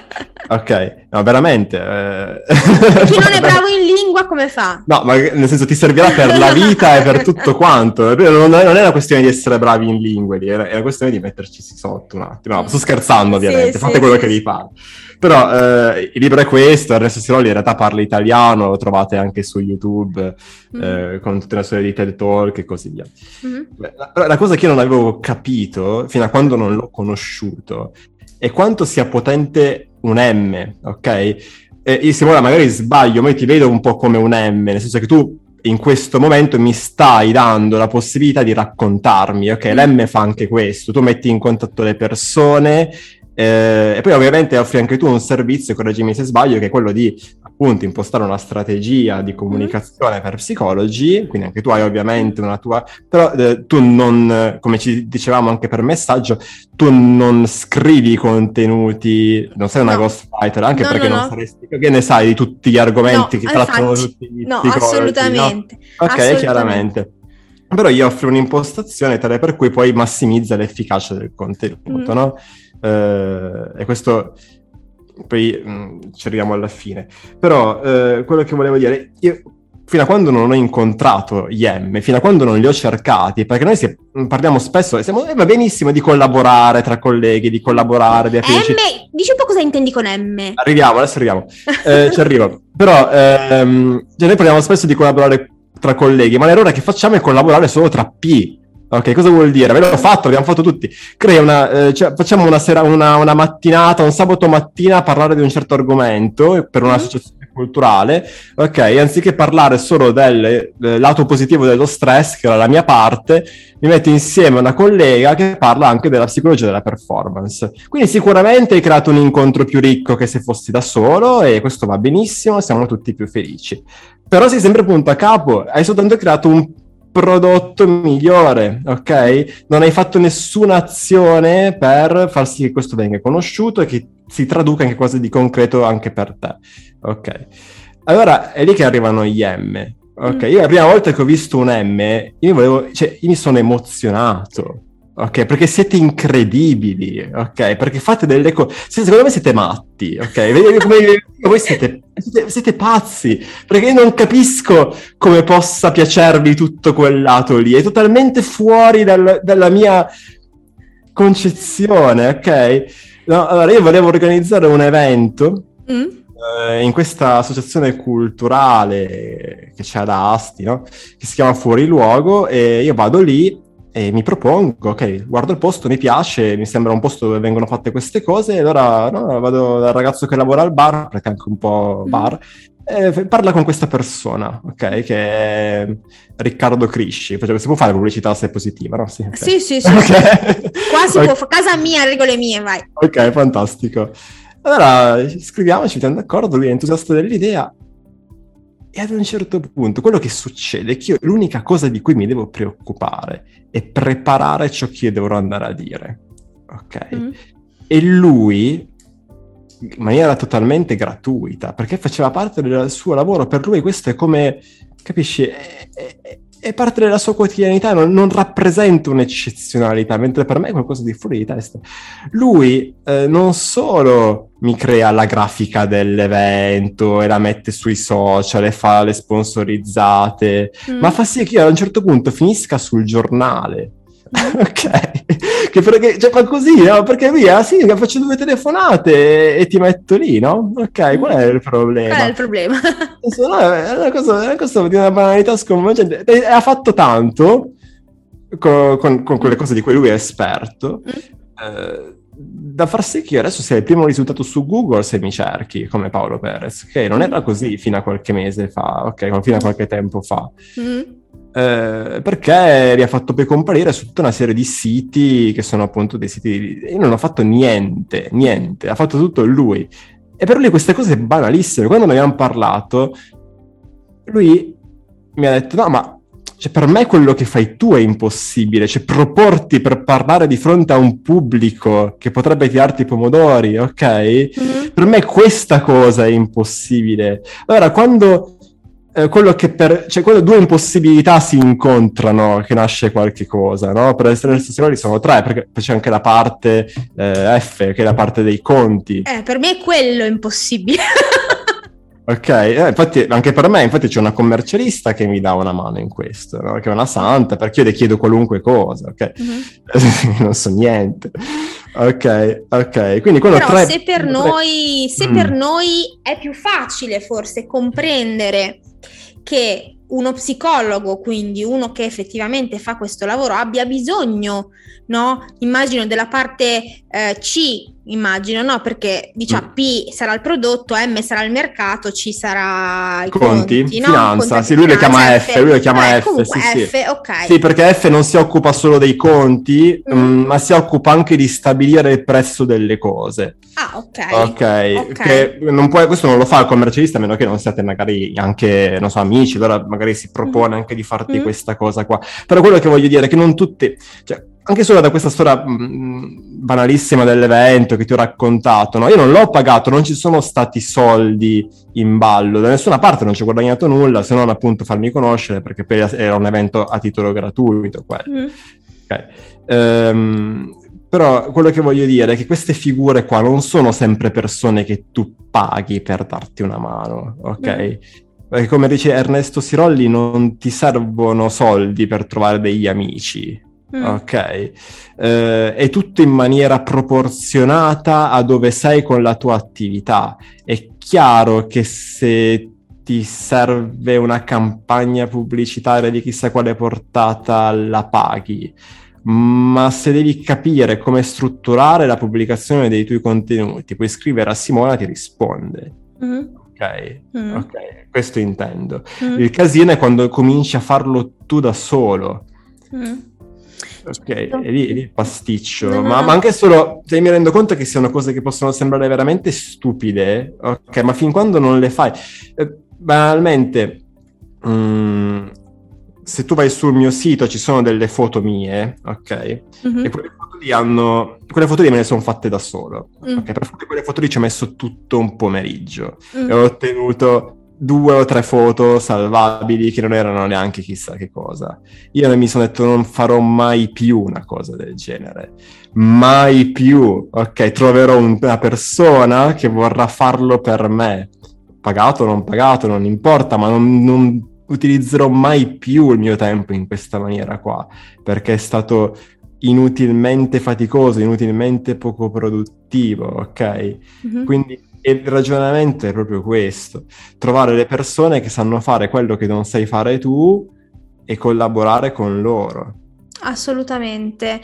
Ok, no, veramente. Eh... E chi non è bravo in lingua come fa? No, ma nel senso ti servirà per la vita e per tutto quanto. Non è, non è una questione di essere bravi in lingue, è una questione di metterci sotto un attimo. No, sto scherzando ovviamente, sì, fate sì, quello sì, che sì. vi pare. Però eh, il libro è questo, Ernesto Sirolli in realtà parla italiano, lo trovate anche su YouTube, mm. eh, con tutta una serie di TED Talk e così via. Mm. La, la cosa che io non avevo capito, fino a quando non l'ho conosciuto, è quanto sia potente un M, ok? E Simona, magari sbaglio, ma io ti vedo un po' come un M, nel senso che tu in questo momento mi stai dando la possibilità di raccontarmi, ok? Mm. L'M fa anche questo, tu metti in contatto le persone, eh, e poi ovviamente offri anche tu un servizio, correggimi se sbaglio, che è quello di appunto impostare una strategia di comunicazione mm. per psicologi, quindi anche tu hai ovviamente una tua, però eh, tu non, come ci dicevamo anche per messaggio, tu non scrivi contenuti, non sei una no. ghostwriter, anche no, perché no, non no. saresti, che ne sai di tutti gli argomenti no, che trattano tutti gli no, psicologi? Assolutamente. No? Ok, assolutamente. chiaramente. Però gli offri un'impostazione tale per cui poi massimizza l'efficacia del contenuto, mm. no? Eh, e questo poi mh, ci arriviamo alla fine. Però eh, quello che volevo dire, io fino a quando non ho incontrato gli M, fino a quando non li ho cercati, perché noi si, parliamo spesso, e siamo, eh, va benissimo di collaborare tra colleghi, di collaborare, di aprirci... M, dici un po' cosa intendi con M? Arriviamo, adesso arriviamo, eh, ci arrivo. Però ehm, cioè noi parliamo spesso di collaborare tra colleghi, ma l'errore che facciamo è collaborare solo tra P. Ok, cosa vuol dire? Ve l'ho fatto, l'abbiamo fatto tutti. Crea una, eh, cioè, facciamo una, sera, una, una mattinata, un sabato mattina a parlare di un certo argomento per un'associazione culturale, ok? Anziché parlare solo del eh, lato positivo dello stress, che era la mia parte, mi metto insieme a una collega che parla anche della psicologia della performance. Quindi sicuramente hai creato un incontro più ricco che se fossi da solo, e questo va benissimo, siamo tutti più felici. Però sei sempre punto a capo, hai soltanto creato un prodotto migliore, ok? Non hai fatto nessuna azione per far sì che questo venga conosciuto e che si traduca in qualcosa di concreto anche per te, ok? Allora è lì che arrivano gli M, ok? Io la prima volta che ho visto un M, io, volevo, cioè, io mi sono emozionato, ok? Perché siete incredibili, ok? Perché fate delle cose... Secondo me siete matti, ok? Vedete come voi siete, siete, siete pazzi, perché io non capisco come possa piacervi tutto quel lato lì. È totalmente fuori dal, dalla mia concezione, ok? No, allora io volevo organizzare un evento mm. eh, in questa associazione culturale che c'è ad Asti, no? Che si chiama Fuori Luogo, e io vado lì e mi propongo, ok, guardo il posto, mi piace, mi sembra un posto dove vengono fatte queste cose, e allora no, vado dal ragazzo che lavora al bar, perché è anche un po' bar, mm. e parla con questa persona, ok, che è Riccardo Crisci. Si può fare pubblicità se è positiva, no? Sì, okay. sì, sì, sì. Okay. Quasi okay. può, casa mia, regole mie, vai. Ok, fantastico. Allora, scriviamoci, siamo d'accordo, lui è entusiasta dell'idea. E ad un certo punto quello che succede è che io l'unica cosa di cui mi devo preoccupare è preparare ciò che io dovrò andare a dire, ok? Mm. E lui, in maniera totalmente gratuita, perché faceva parte del suo lavoro, per lui questo è come, capisci, è, è, è parte della sua quotidianità, non, non rappresenta un'eccezionalità, mentre per me è qualcosa di fuori di testa. Lui eh, non solo mi crea la grafica dell'evento e la mette sui social e fa le sponsorizzate, mm. ma fa sì che io a un certo punto finisca sul giornale. Mm. Ok, che perché cioè, fa così, no? Perché via, sì, faccio due telefonate e, e ti metto lì, no? Ok, qual è il problema? Qual è il problema? No, è una cosa, è una cosa di una banalità sconvolgente. E ha fatto tanto con, con, con quelle cose di cui lui è esperto, mm. eh, da far sì che io adesso sia il primo risultato su Google se mi cerchi, come Paolo Perez, che non era così fino a qualche mese fa, ok, fino a qualche tempo fa. Mm. Eh, perché li ha fatto poi comparire su tutta una serie di siti che sono appunto dei siti. Io non ho fatto niente, niente, ha fatto tutto lui. E per lui queste cose banalissime. Quando ne abbiamo parlato, lui mi ha detto: no, ma cioè, per me quello che fai tu è impossibile. Cioè, proporti per parlare di fronte a un pubblico che potrebbe tirarti i pomodori, ok? Mm-hmm. Per me questa cosa è impossibile. Allora, quando eh, quello che per cioè quando due impossibilità si incontrano, che nasce qualche cosa, no? Per essere nel sono tre, perché c'è anche la parte eh, F, che è la parte dei conti. Eh, per me è quello impossibile. Ok, eh, infatti anche per me, infatti c'è una commercialista che mi dà una mano in questo, no? Che è una santa, perché io le chiedo qualunque cosa, ok? Mm-hmm. Non so niente. Ok, ok. Quindi quello Però tre... se per tre... noi, se mm. per noi è più facile forse comprendere che uno psicologo, quindi uno che effettivamente fa questo lavoro, abbia bisogno, no? Immagino della parte eh, C, immagino, no? Perché diciamo mm. P sarà il prodotto, M sarà il mercato, C sarà i conti, conti no? finanza, Conti sì, lui le chiama F, F, lui le chiama eh, F, comunque sì, F, sì. ok. Sì, perché F non si occupa solo dei conti, mm. mh, ma si occupa anche di stabilire il prezzo delle cose. Ah, ok. Ok, okay. Che non può, questo non lo fa il commercialista, a meno che non siate magari anche, non so, amici, allora magari si propone mm. anche di farti mm. questa cosa qua. Però quello che voglio dire è che non tutti, cioè, anche solo da questa storia mh, banalissima dell'evento che ti ho raccontato, no? Io non l'ho pagato, non ci sono stati soldi in ballo, da nessuna parte non ci ho guadagnato nulla, se non appunto farmi conoscere, perché poi era un evento a titolo gratuito quello. Mm. Ok. Um, Però quello che voglio dire è che queste figure qua non sono sempre persone che tu paghi per darti una mano, ok? Mm. Perché come dice Ernesto Sirolli, non ti servono soldi per trovare degli amici, mm. ok? Eh, è tutto in maniera proporzionata a dove sei con la tua attività. È chiaro che se ti serve una campagna pubblicitaria di chissà quale portata, la paghi. Ma se devi capire come strutturare la pubblicazione dei tuoi contenuti, puoi scrivere a Simona, ti risponde. Mm-hmm. Ok, mm-hmm. ok, questo intendo. Mm-hmm. Il casino è quando cominci a farlo tu da solo. Mm-hmm. Ok, certo. E lì, è lì il pasticcio. No, ma, no. ma anche solo, cioè, mi rendo conto che siano cose che possono sembrare veramente stupide, ok, ma fin quando non le fai, eh, banalmente... Mm, se tu vai sul mio sito ci sono delle foto mie, ok? Mm-hmm. E quelle foto lì hanno... Quelle foto lì me le sono fatte da solo, mm. ok? Per fare quelle foto lì ci ho messo tutto un pomeriggio. Mm. E ho ottenuto due o tre foto salvabili che non erano neanche chissà che cosa. Io mi sono detto non farò mai più una cosa del genere. Mai più, ok? Troverò una persona che vorrà farlo per me. Pagato o non pagato, non importa, ma non... non utilizzerò mai più il mio tempo in questa maniera qua, perché è stato inutilmente faticoso, inutilmente poco produttivo, ok? Mm-hmm. Quindi il ragionamento è proprio questo, trovare le persone che sanno fare quello che non sai fare tu e collaborare con loro. Assolutamente,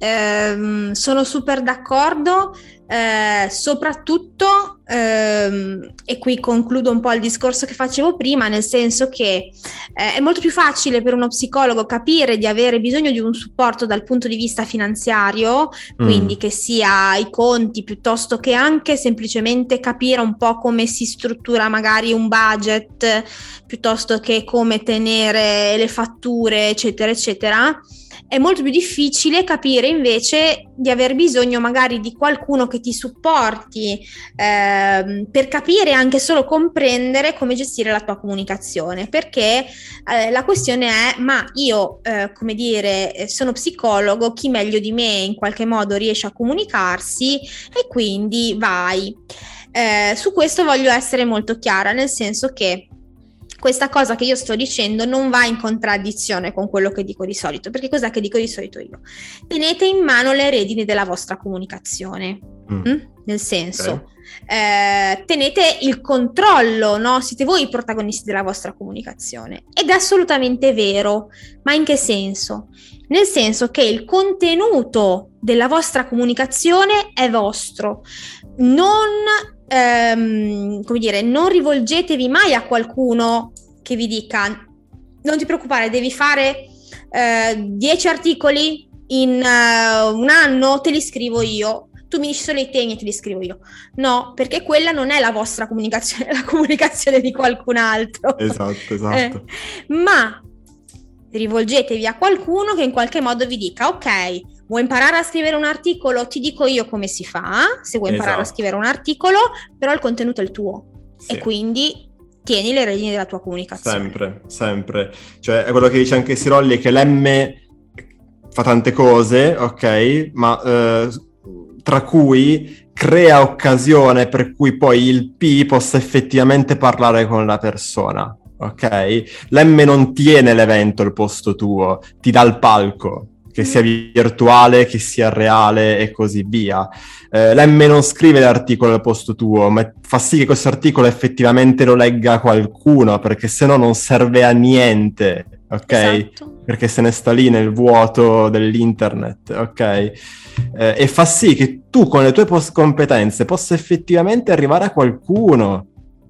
eh, sono super d'accordo, eh, soprattutto, ehm, e qui concludo un po' il discorso che facevo prima, nel senso che eh, è molto più facile per uno psicologo capire di avere bisogno di un supporto dal punto di vista finanziario, mm. quindi che sia i conti, piuttosto che anche semplicemente capire un po' come si struttura magari un budget, piuttosto che come tenere le fatture, eccetera, eccetera. è molto più difficile capire invece di aver bisogno magari di qualcuno che ti supporti eh, per capire e anche solo comprendere come gestire la tua comunicazione, perché eh, la questione è: ma io eh, come dire sono psicologo, chi meglio di me in qualche modo riesce a comunicarsi e quindi vai. Eh, su questo voglio essere molto chiara, nel senso che questa cosa che io sto dicendo non va in contraddizione con quello che dico di solito, perché cos'è che dico di solito io? Tenete in mano le redini della vostra comunicazione, mm. Mm? Nel senso, okay. eh, tenete il controllo, no? Siete voi i protagonisti della vostra comunicazione, ed è assolutamente vero, ma in che senso? Nel senso che il contenuto della vostra comunicazione è vostro, non... Um, come dire, non rivolgetevi mai a qualcuno che vi dica: non ti preoccupare, devi fare dieci uh, articoli in uh, un anno, te li scrivo io, tu mi dici solo i temi e te li scrivo io. No, perché quella non è la vostra comunicazione, è la comunicazione di qualcun altro. Esatto, esatto. Eh, ma rivolgetevi a qualcuno che in qualche modo vi dica: ok, vuoi imparare a scrivere un articolo? Ti dico io come si fa, se vuoi imparare esatto. a scrivere un articolo, però il contenuto è il tuo, sì. E quindi tieni le redini della tua comunicazione. Sempre, sempre. Cioè, è quello che dice anche Sirolli, che l'M fa tante cose, ok, ma eh, tra cui crea occasione per cui poi il P possa effettivamente parlare con la persona, ok? L'M non tiene l'evento al posto tuo, ti dà il palco, che sia virtuale, che sia reale e così via. Eh, L'M non scrive l'articolo al posto tuo, ma fa sì che questo articolo effettivamente lo legga qualcuno, perché se no non serve a niente, ok? Esatto. Perché se ne sta lì nel vuoto dell'internet, ok? Eh, e fa sì che tu con le tue pos- competenze possa effettivamente arrivare a qualcuno.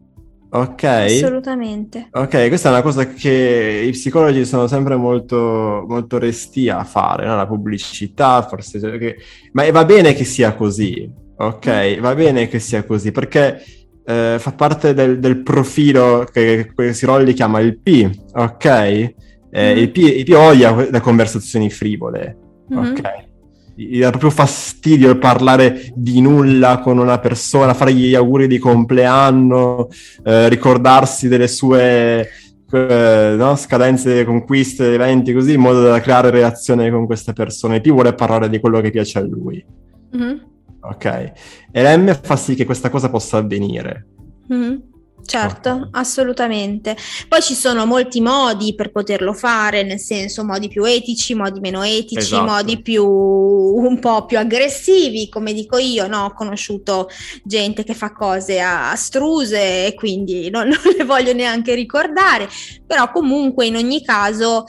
Ok? Assolutamente. Ok, questa è una cosa che i psicologi sono sempre molto, molto resti a fare, no? La pubblicità, forse... Che... Ma va bene che sia così, ok? Va bene che sia così, perché eh, fa parte del, del profilo che, che Sirolli chiama il P, ok? Eh, mm-hmm. Il P, il P odia le conversazioni frivole, mm-hmm. ok? Gli dà proprio fastidio parlare di nulla con una persona, fargli gli auguri di compleanno, eh, ricordarsi delle sue eh, no, scadenze, conquiste, eventi, così, in modo da creare relazione con queste persone. Più vuole parlare di quello che piace a lui. Mm-hmm. Ok? E l'M fa sì che questa cosa possa avvenire. Mm-hmm. Certo, okay. Assolutamente. Poi ci sono molti modi per poterlo fare, nel senso modi più etici, modi meno etici, esatto. Modi più un po' più aggressivi, come dico io, no? Ho conosciuto gente che fa cose astruse e quindi non, non le voglio neanche ricordare, però comunque in ogni caso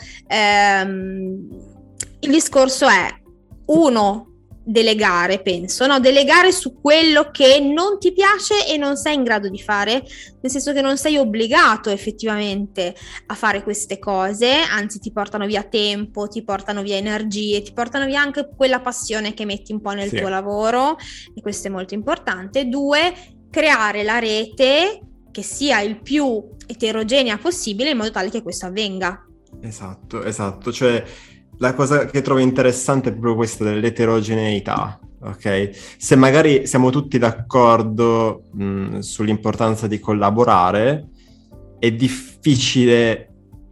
ehm, il discorso è uno, delegare, penso, no? Delegare su quello che non ti piace e non sei in grado di fare, nel senso che non sei obbligato effettivamente a fare queste cose, anzi ti portano via tempo, ti portano via energie, ti portano via anche quella passione che metti un po' nel sì. tuo lavoro, e questo è molto importante. Due, creare la rete che sia il più eterogenea possibile in modo tale che questo avvenga. Esatto, esatto, cioè la cosa che trovo interessante è proprio questa dell'eterogeneità, ok? Se magari siamo tutti d'accordo mh, sull'importanza di collaborare, è difficile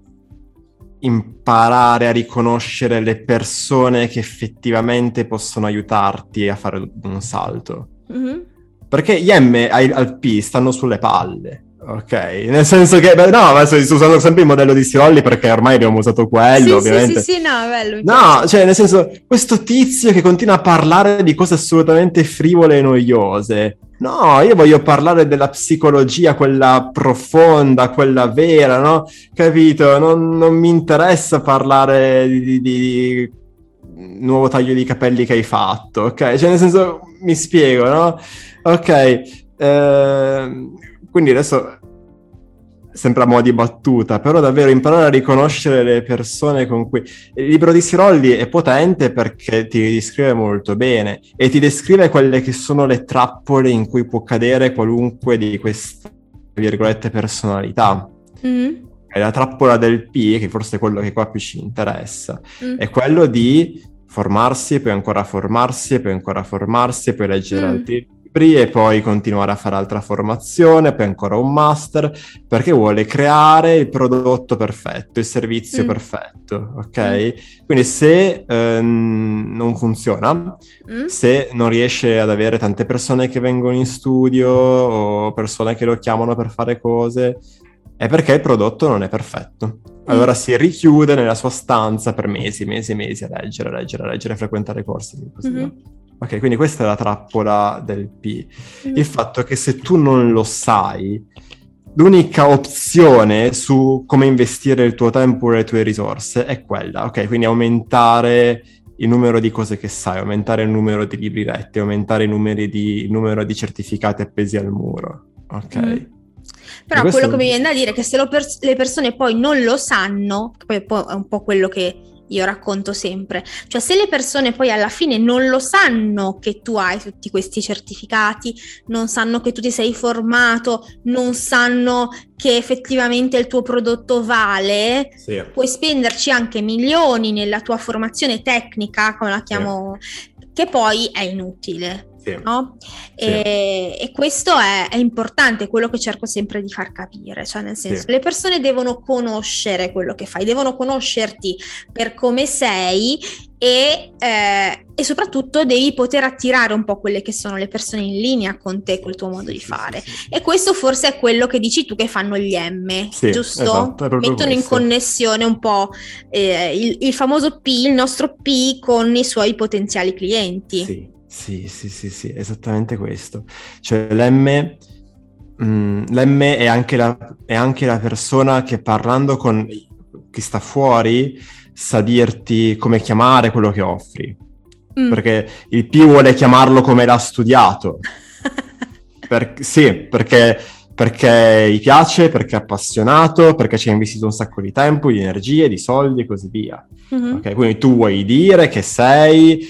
imparare a riconoscere le persone che effettivamente possono aiutarti a fare un salto. Mm-hmm. Perché gli M al P stanno sulle palle. Ok, nel senso che, beh, no, adesso sto usando sempre il modello di Sirolli perché ormai abbiamo usato quello, sì, ovviamente. Sì, sì, sì, no, bello. No, cioè, nel senso, questo tizio che continua a parlare di cose assolutamente frivole e noiose. No, io voglio parlare della psicologia, quella profonda, quella vera, no? Capito? Non, non mi interessa parlare di, di, di nuovo taglio di capelli che hai fatto, ok? Cioè, nel senso, mi spiego, no? Ok, ehm... Quindi adesso, sempre a mo' di battuta, però davvero imparare a riconoscere le persone con cui... Il libro di Sirolli è potente perché ti descrive molto bene e ti descrive quelle che sono le trappole in cui può cadere qualunque di queste, virgolette, personalità. Mm. Okay, la trappola del P, che forse è quello che qua più ci interessa, Mm. è quello di formarsi, poi ancora formarsi, poi ancora formarsi, poi leggere Mm. altri libri e poi continuare a fare altra formazione, poi ancora un master, perché vuole creare il prodotto perfetto, il servizio Mm. perfetto, ok? Quindi se ehm, non funziona, Mm. se non riesce ad avere tante persone che vengono in studio o persone che lo chiamano per fare cose, è perché il prodotto non è perfetto. Allora Mm. si richiude nella sua stanza per mesi, mesi, mesi a leggere, leggere, leggere, frequentare corsi e così via. Mhm. Ok, quindi questa è la trappola del P. Mm. Il fatto è che se tu non lo sai, l'unica opzione su come investire il tuo tempo e le tue risorse è quella, ok? Quindi aumentare il numero di cose che sai, aumentare il numero di libri letti, aumentare i numeri di, il numero di certificati appesi al muro, ok? Mm. Però questo- quello che mi viene da dire è che se lo pers- le persone poi non lo sanno, che poi, poi è un po' quello che io racconto sempre, cioè se le persone poi alla fine non lo sanno che tu hai tutti questi certificati, non sanno che tu ti sei formato, non sanno che effettivamente il tuo prodotto vale, Sì. puoi spenderci anche milioni nella tua formazione tecnica, come la chiamo, che poi è inutile. Sì. No? Sì. E, e questo è, è importante, quello che cerco sempre di far capire, cioè nel senso Sì. le persone devono conoscere quello che fai, devono conoscerti per come sei e, eh, e soprattutto devi poter attirare un po' quelle che sono le persone in linea con te, col tuo modo Sì, di sì, fare. sì, sì. E questo forse è quello che dici tu che fanno gli M, Sì, giusto? esatto, è proprio Mettono in questo. connessione un po' eh, il, il famoso P, il nostro P con i suoi potenziali clienti. Sì, sì, sì, sì, sì, esattamente questo. Cioè l'M, mm, l'M è anche la, è anche la persona che parlando con chi sta fuori sa dirti come chiamare quello che offri. Mm. Perché il P vuole chiamarlo come l'ha studiato. Per- sì, perché, perché gli piace, perché è appassionato, perché ci ha investito un sacco di tempo, di energie, di soldi e così via. Mhm. Ok, quindi tu vuoi dire che sei,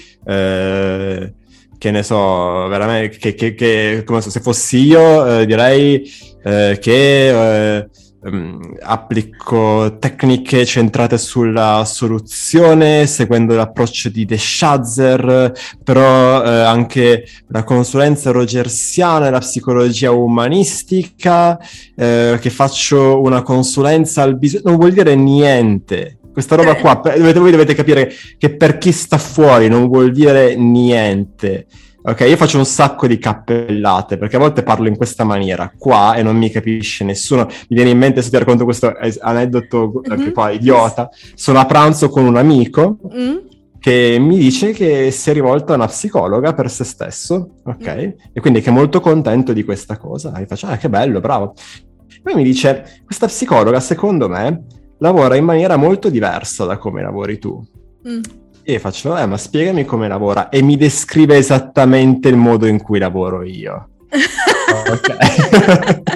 eh, che ne so, veramente, che, che, che come so, se fossi io eh, direi eh, che eh, ehm, applico tecniche centrate sulla soluzione, seguendo l'approccio di De Shazer, però eh, anche la consulenza rogersiana e la psicologia umanistica, eh, che faccio una consulenza al bisogno, non vuol dire niente. Questa roba qua, per- dovete- voi dovete capire che per chi sta fuori non vuol dire niente. Ok, io faccio un sacco di cappellate perché a volte parlo in questa maniera qua e non mi capisce nessuno. Mi viene in mente, se ti racconto questo es- aneddoto eh, che Mhm. qua idiota. Sono a pranzo con un amico Mm. che mi dice che si è rivolto a una psicologa per se stesso, ok? E quindi che è molto contento di questa cosa. E faccio, ah, che bello, bravo. Poi mi dice, questa psicologa, secondo me, lavora in maniera molto diversa da come lavori tu. Mm. E faccio, eh, ma spiegami come lavora. E mi descrive esattamente il modo in cui lavoro io. Ok.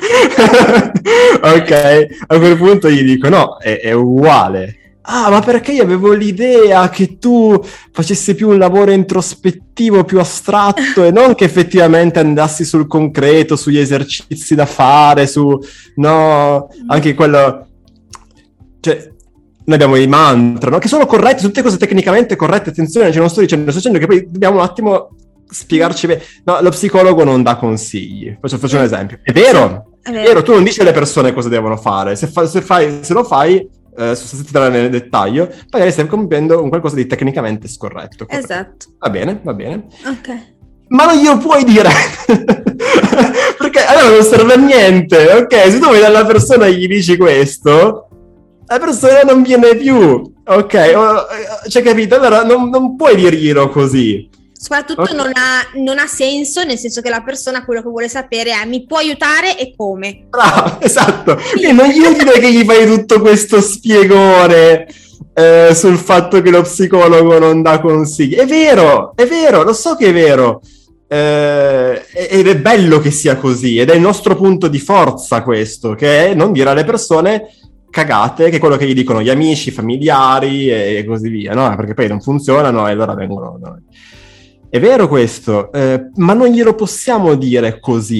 Ok, a quel punto gli dico, no, è, è uguale. Ah, ma perché io avevo l'idea che tu facessi più un lavoro introspettivo, più astratto, e non che effettivamente andassi sul concreto, sugli esercizi da fare, su... No, anche quello... Cioè, noi abbiamo i mantra, no? Che sono corretti, tutte cose tecnicamente corrette, attenzione, cioè non sto dicendo, sto dicendo che poi dobbiamo un attimo spiegarci bene. No, lo psicologo non dà consigli. Faccio, faccio un esempio. È vero, Sì, è è vero. vero, tu non dici alle persone cosa devono fare. Se, fa, se, fai, se lo fai... Uh, sostanzialmente nel dettaglio, magari stai compiendo un qualcosa di tecnicamente scorretto. Corretto. Esatto. Va bene, va bene. Ok. Ma non glielo puoi dire perché allora non serve a niente, ok? Se tu vai dalla persona e gli dici questo, la persona non viene più, ok? Cioè, capito? Allora non, non puoi dirglielo così. Soprattutto Ok. non ha, non ha senso, nel senso che la persona quello che vuole sapere è mi può aiutare e come. Bravo, esatto. Quindi non gli dire che gli fai tutto questo spiegone eh, sul fatto che lo psicologo non dà consigli. È vero, è vero, lo so che è vero. Eh, ed è bello che sia così, ed è il nostro punto di forza questo, che è non dire alle persone cagate, che è quello che gli dicono gli amici, i familiari e così via, no? Perché poi non funzionano e allora vengono... No. È vero questo, eh, ma non glielo possiamo dire così.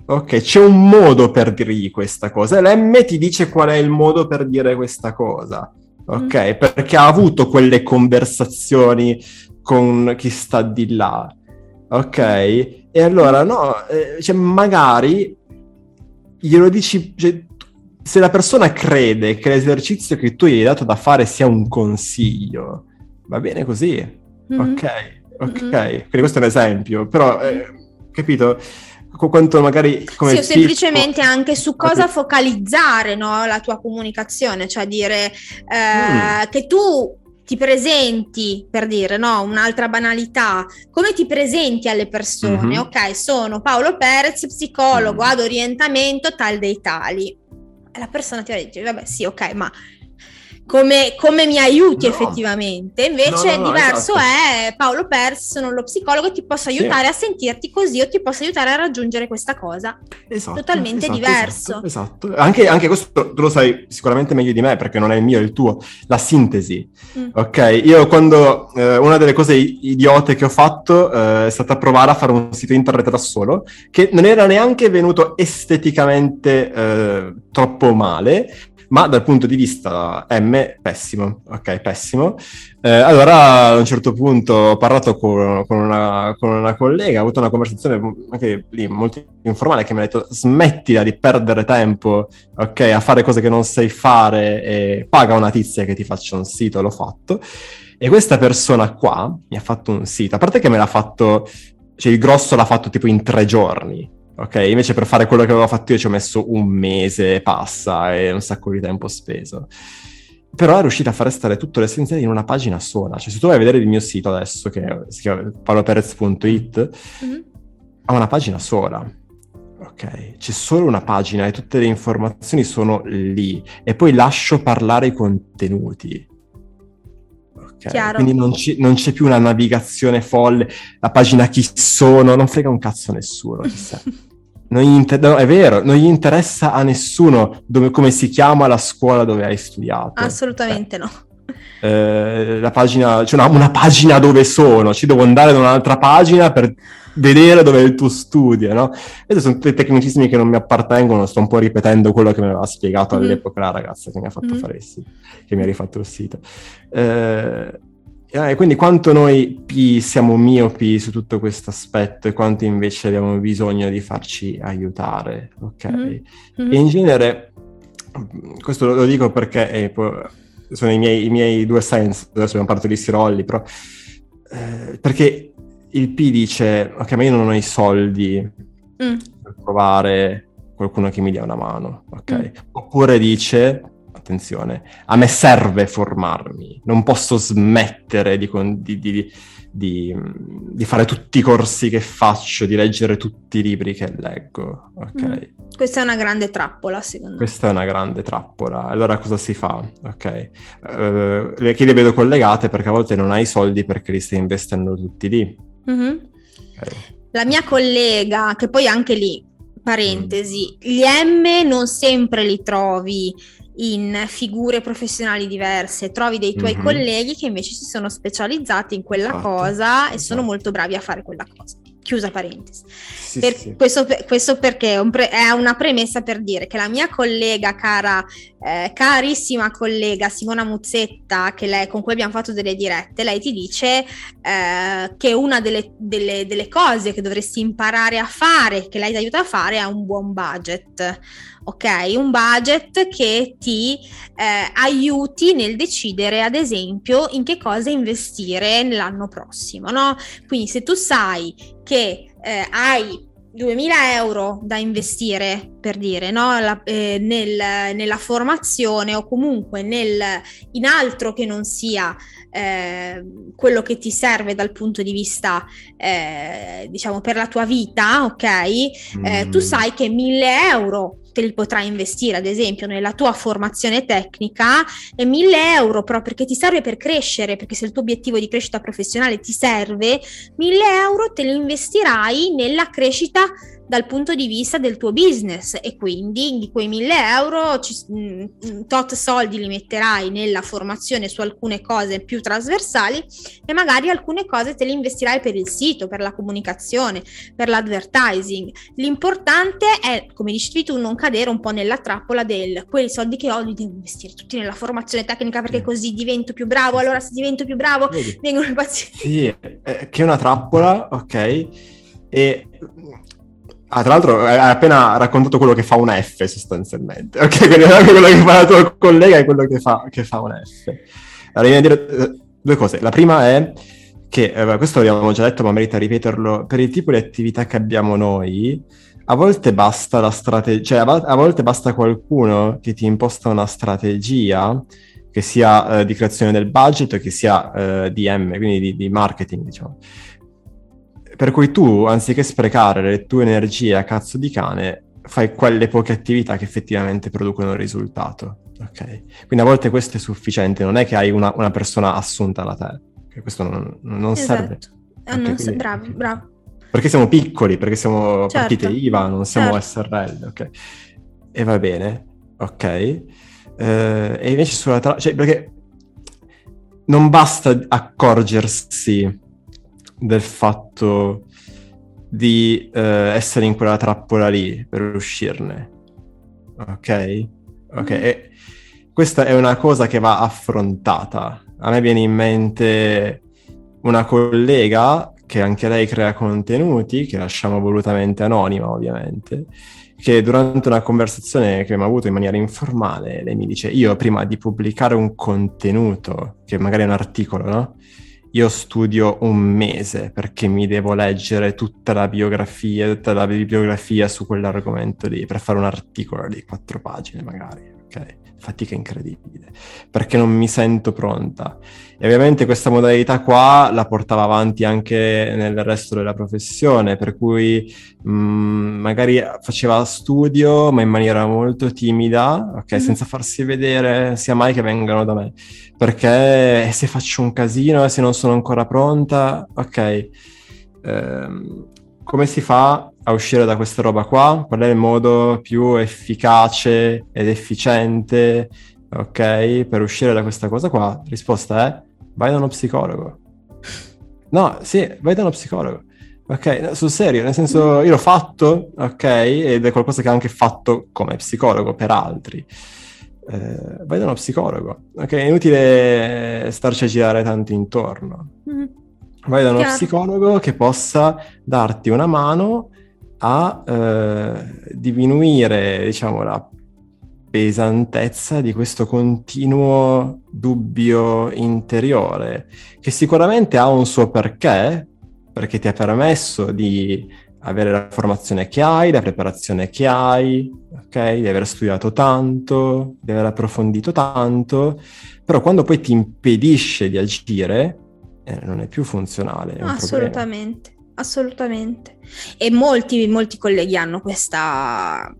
Ok, c'è un modo per dirgli questa cosa. L'M ti dice qual è il modo per dire questa cosa. Ok, mm. perché ha avuto quelle conversazioni con chi sta di là. Ok, e allora no, eh, cioè magari glielo dici, cioè, se la persona crede che l'esercizio che tu gli hai dato da fare sia un consiglio, va bene così. Mm-hmm. Ok, ok, mm-hmm. Quindi questo è un esempio, però, eh, capito? Quanto magari come sì, o semplicemente tipo... anche su cosa focalizzare, no, la tua comunicazione, cioè dire eh, mm. che tu ti presenti, per dire, no, un'altra banalità, come ti presenti alle persone, mm-hmm. ok, sono Paolo Perez, psicologo mm. ad orientamento tal dei tali, e la persona ti va a dire, vabbè sì, ok, ma Come, come mi aiuti no. effettivamente, invece no, no, no, diverso esatto. è Paolo Perez, sono lo psicologo e ti posso aiutare sì. a sentirti così o ti posso aiutare a raggiungere questa cosa. Esatto, totalmente esatto, diverso. Esatto, esatto. Anche, anche questo tu lo sai sicuramente meglio di me perché non è il mio, è il tuo, la sintesi. Mm. Ok, io quando eh, una delle cose idiote che ho fatto eh, è stata provare a fare un sito internet da solo, che non era neanche venuto esteticamente eh, troppo male, ma dal punto di vista M, pessimo, ok, pessimo. Eh, allora, a un certo punto ho parlato con, con, una, con una collega, ho avuto una conversazione anche lì molto informale, che mi ha detto smettila di perdere tempo, ok, a fare cose che non sai fare e paga una tizia che ti faccia un sito, l'ho fatto. E questa persona qua mi ha fatto un sito, a parte che me l'ha fatto, cioè il grosso l'ha fatto tipo in tre giorni. Ok, invece per fare quello che avevo fatto io ci ho messo un mese, passa, e un sacco di tempo speso. Però è riuscita a fare stare tutto l'essenziale in una pagina sola. Cioè, se tu vai a vedere il mio sito adesso, che si chiama paoloperez punto it, mm-hmm. ha una pagina sola. Ok, c'è solo una pagina e tutte le informazioni sono lì. E poi lascio parlare i contenuti. Okay. Quindi non, c- non c'è più una navigazione folle, la pagina chi sono, non frega un cazzo a nessuno, chissà. Non gli inter- no, è vero, non gli interessa a nessuno dove, come si chiama la scuola dove hai studiato. Assolutamente eh. no. Eh, la pagina, c'è una, una pagina dove sono, ci devo andare da un'altra pagina per vedere dove è il tuo studio, no? Questi sono tutti tecnicismi che non mi appartengono, sto un po' ripetendo quello che mi aveva spiegato mm-hmm. all'epoca la ragazza che mi ha fatto mm-hmm. fare il sito, che mi ha rifatto il sito. Eh, e quindi quanto noi P siamo miopi su tutto questo aspetto e quanto invece abbiamo bisogno di farci aiutare, ok? Mm-hmm. E in genere, questo lo dico perché eh, sono i miei, i miei due sensi, adesso abbiamo parlato di stirolli, però eh, perché il P dice, ok, ma io non ho i soldi mm. per trovare qualcuno che mi dia una mano, ok? Mm. Oppure dice, attenzione, a me serve formarmi, non posso smettere di, di, di, di, di fare tutti i corsi che faccio, di leggere tutti i libri che leggo, ok? Mm. Questa è una grande trappola, secondo me. Questa è una grande trappola. Allora cosa si fa? Ok. Uh, le, che le vedo collegate perché a volte non hai i soldi perché li stai investendo tutti lì. Mm-hmm. Okay. La mia collega, che poi anche lì, parentesi, mm. gli M non sempre li trovi in figure professionali diverse, trovi dei tuoi mm-hmm. colleghi che invece si sono specializzati in quella esatto. cosa e esatto. sono molto bravi a fare quella cosa. Chiusa parentesi. Sì, per, sì. Questo, questo perché è, un pre, è una premessa per dire che la mia collega, cara, eh, carissima collega Simona Muzzetta, che lei, con cui abbiamo fatto delle dirette, lei ti dice eh, che una delle, delle, delle cose che dovresti imparare a fare, che lei ti aiuta a fare, è un buon budget. Ok, un budget che ti eh, aiuti nel decidere, ad esempio, in che cosa investire l'anno prossimo, no? Quindi se tu sai che eh, hai duemila euro da investire, per dire, no? La, eh, nel, nella formazione o comunque nel, in altro che non sia eh, quello che ti serve dal punto di vista, eh, diciamo, per la tua vita, ok? Eh, mm. Tu sai che mille euro te li potrai investire, ad esempio, nella tua formazione tecnica, e mille euro però perché ti serve per crescere, perché se il tuo obiettivo di crescita professionale ti serve, mille euro te li investirai nella crescita dal punto di vista del tuo business, e quindi di quei mille euro ci, mh, tot soldi li metterai nella formazione su alcune cose più trasversali e magari alcune cose te le investirai per il sito, per la comunicazione, per l'advertising. L'importante è, come dicevi tu, non cadere un po' nella trappola del quei soldi che ho li devo investire tutti nella formazione tecnica perché così divento più bravo, allora se divento più bravo Vedi? vengono i pazienti. Sì, eh, che è una trappola, ok? E ah, tra l'altro hai appena raccontato quello che fa un F sostanzialmente, ok? Quindi anche quello che fa la tua collega è quello che fa, che fa un F. Allora, io dire eh, due cose. La prima è che, eh, questo l'abbiamo già detto ma merita ripeterlo, per il tipo di attività che abbiamo noi, a volte basta la strategia, cioè a, vo- a volte basta qualcuno che ti imposta una strategia, che sia eh, di creazione del budget, che sia eh, D M, quindi di, di marketing, diciamo. Per cui tu, anziché sprecare le tue energie a cazzo di cane, fai quelle poche attività che effettivamente producono il risultato, ok? Quindi a volte questo è sufficiente, non è che hai una, una persona assunta da te, che questo non, non serve. Esatto. Ah, Ok, non quindi- sa- bravo, bravo. Perché siamo piccoli, perché siamo Certo. partite I V A, non siamo Certo. S R L, ok? E va bene, ok? Eh, e invece sulla tra... cioè, perché non basta accorgersi del fatto di eh, essere in quella trappola lì per uscirne, ok? Ok, Mm. e questa è una cosa che va affrontata. A me viene in mente una collega che anche lei crea contenuti, che lasciamo volutamente anonima ovviamente, che durante una conversazione che abbiamo avuto in maniera informale, lei mi dice: io prima di pubblicare un contenuto, che magari è un articolo, no? Io studio un mese perché mi devo leggere tutta la biografia, tutta la bibliografia su quell'argomento lì, per fare un articolo di quattro pagine magari, ok? Fatica incredibile, perché non mi sento pronta. E ovviamente questa modalità qua la portava avanti anche nel resto della professione, per cui mh, magari faceva studio, ma in maniera molto timida, ok? Mm. Senza farsi vedere, sia mai che vengano da me. Perché se faccio un casino e se non sono ancora pronta, ok, ehm, come si fa a uscire da questa roba qua? Qual è il modo più efficace ed efficiente, ok, per uscire da questa cosa qua? Risposta è: vai da uno psicologo. No, sì, vai da uno psicologo. Ok, no, sul serio, nel senso, io l'ho fatto, ok, ed è qualcosa che ho anche fatto come psicologo per altri. Eh, vai da uno psicologo, ok? È inutile starci a girare tanto intorno. Mm. Vai da uno Chiaro. psicologo che possa darti una mano a eh, diminuire, diciamo, la pesantezza di questo continuo dubbio interiore, che sicuramente ha un suo perché, perché ti ha permesso di avere la formazione che hai, la preparazione che hai, ok? Di aver studiato tanto, di aver approfondito tanto, però quando poi ti impedisce di agire, eh, non è più funzionale, è un Assolutamente, assolutamente. E molti, molti colleghi hanno questa,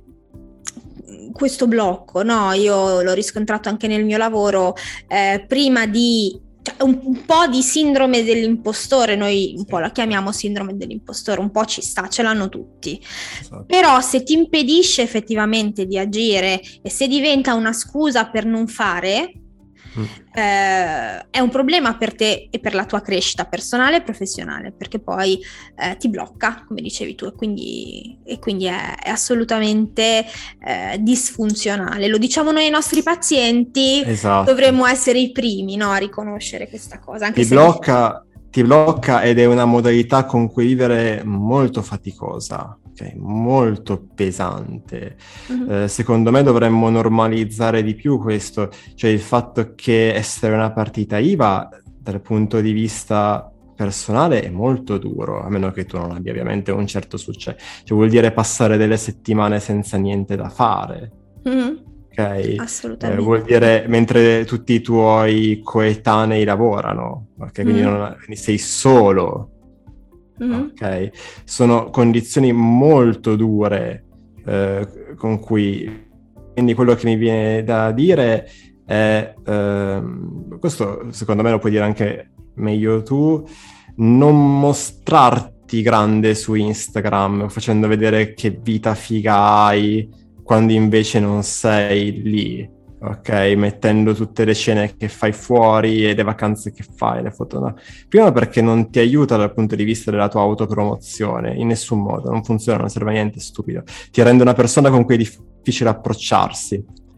questo blocco, no? Io l'ho riscontrato anche nel mio lavoro, eh, prima di cioè, un, un po' di sindrome dell'impostore, noi un po' la chiamiamo sindrome dell'impostore, un po' ci sta, ce l'hanno tutti. Esatto. Però se ti impedisce effettivamente di agire e se diventa una scusa per non fare, Mm. eh, è un problema per te e per la tua crescita personale e professionale, perché poi eh, ti blocca, come dicevi tu, e quindi, e quindi è, è assolutamente eh, disfunzionale. Lo diciamo noi ai nostri pazienti, Esatto. dovremmo essere i primi, no, a riconoscere questa cosa. Anche Ti se blocca, ti blocca ed è una modalità con cui vivere molto faticosa, ok? Molto pesante. Mhm. Eh, secondo me dovremmo normalizzare di più questo, cioè il fatto che essere una partita I V A dal punto di vista personale è molto duro, a meno che tu non abbia ovviamente un certo successo. Cioè vuol dire passare delle settimane senza niente da fare. Mhm. Ok, eh, Assolutamente. vuol dire mentre tutti i tuoi coetanei lavorano, ok? Quindi, Mm. non, quindi sei solo, Mhm. ok? Sono condizioni molto dure eh, con cui, quindi quello che mi viene da dire è, ehm, questo secondo me lo puoi dire anche meglio tu, non mostrarti fatti grande su Instagram, facendo vedere che vita figa hai, quando invece non sei lì, ok? Mettendo tutte le scene che fai fuori e le vacanze che fai, le foto, no? Prima perché non ti aiuta dal punto di vista della tua autopromozione, in nessun modo, non funziona, non serve a niente, è stupido. Ti rende una persona con cui è difficile approcciarsi,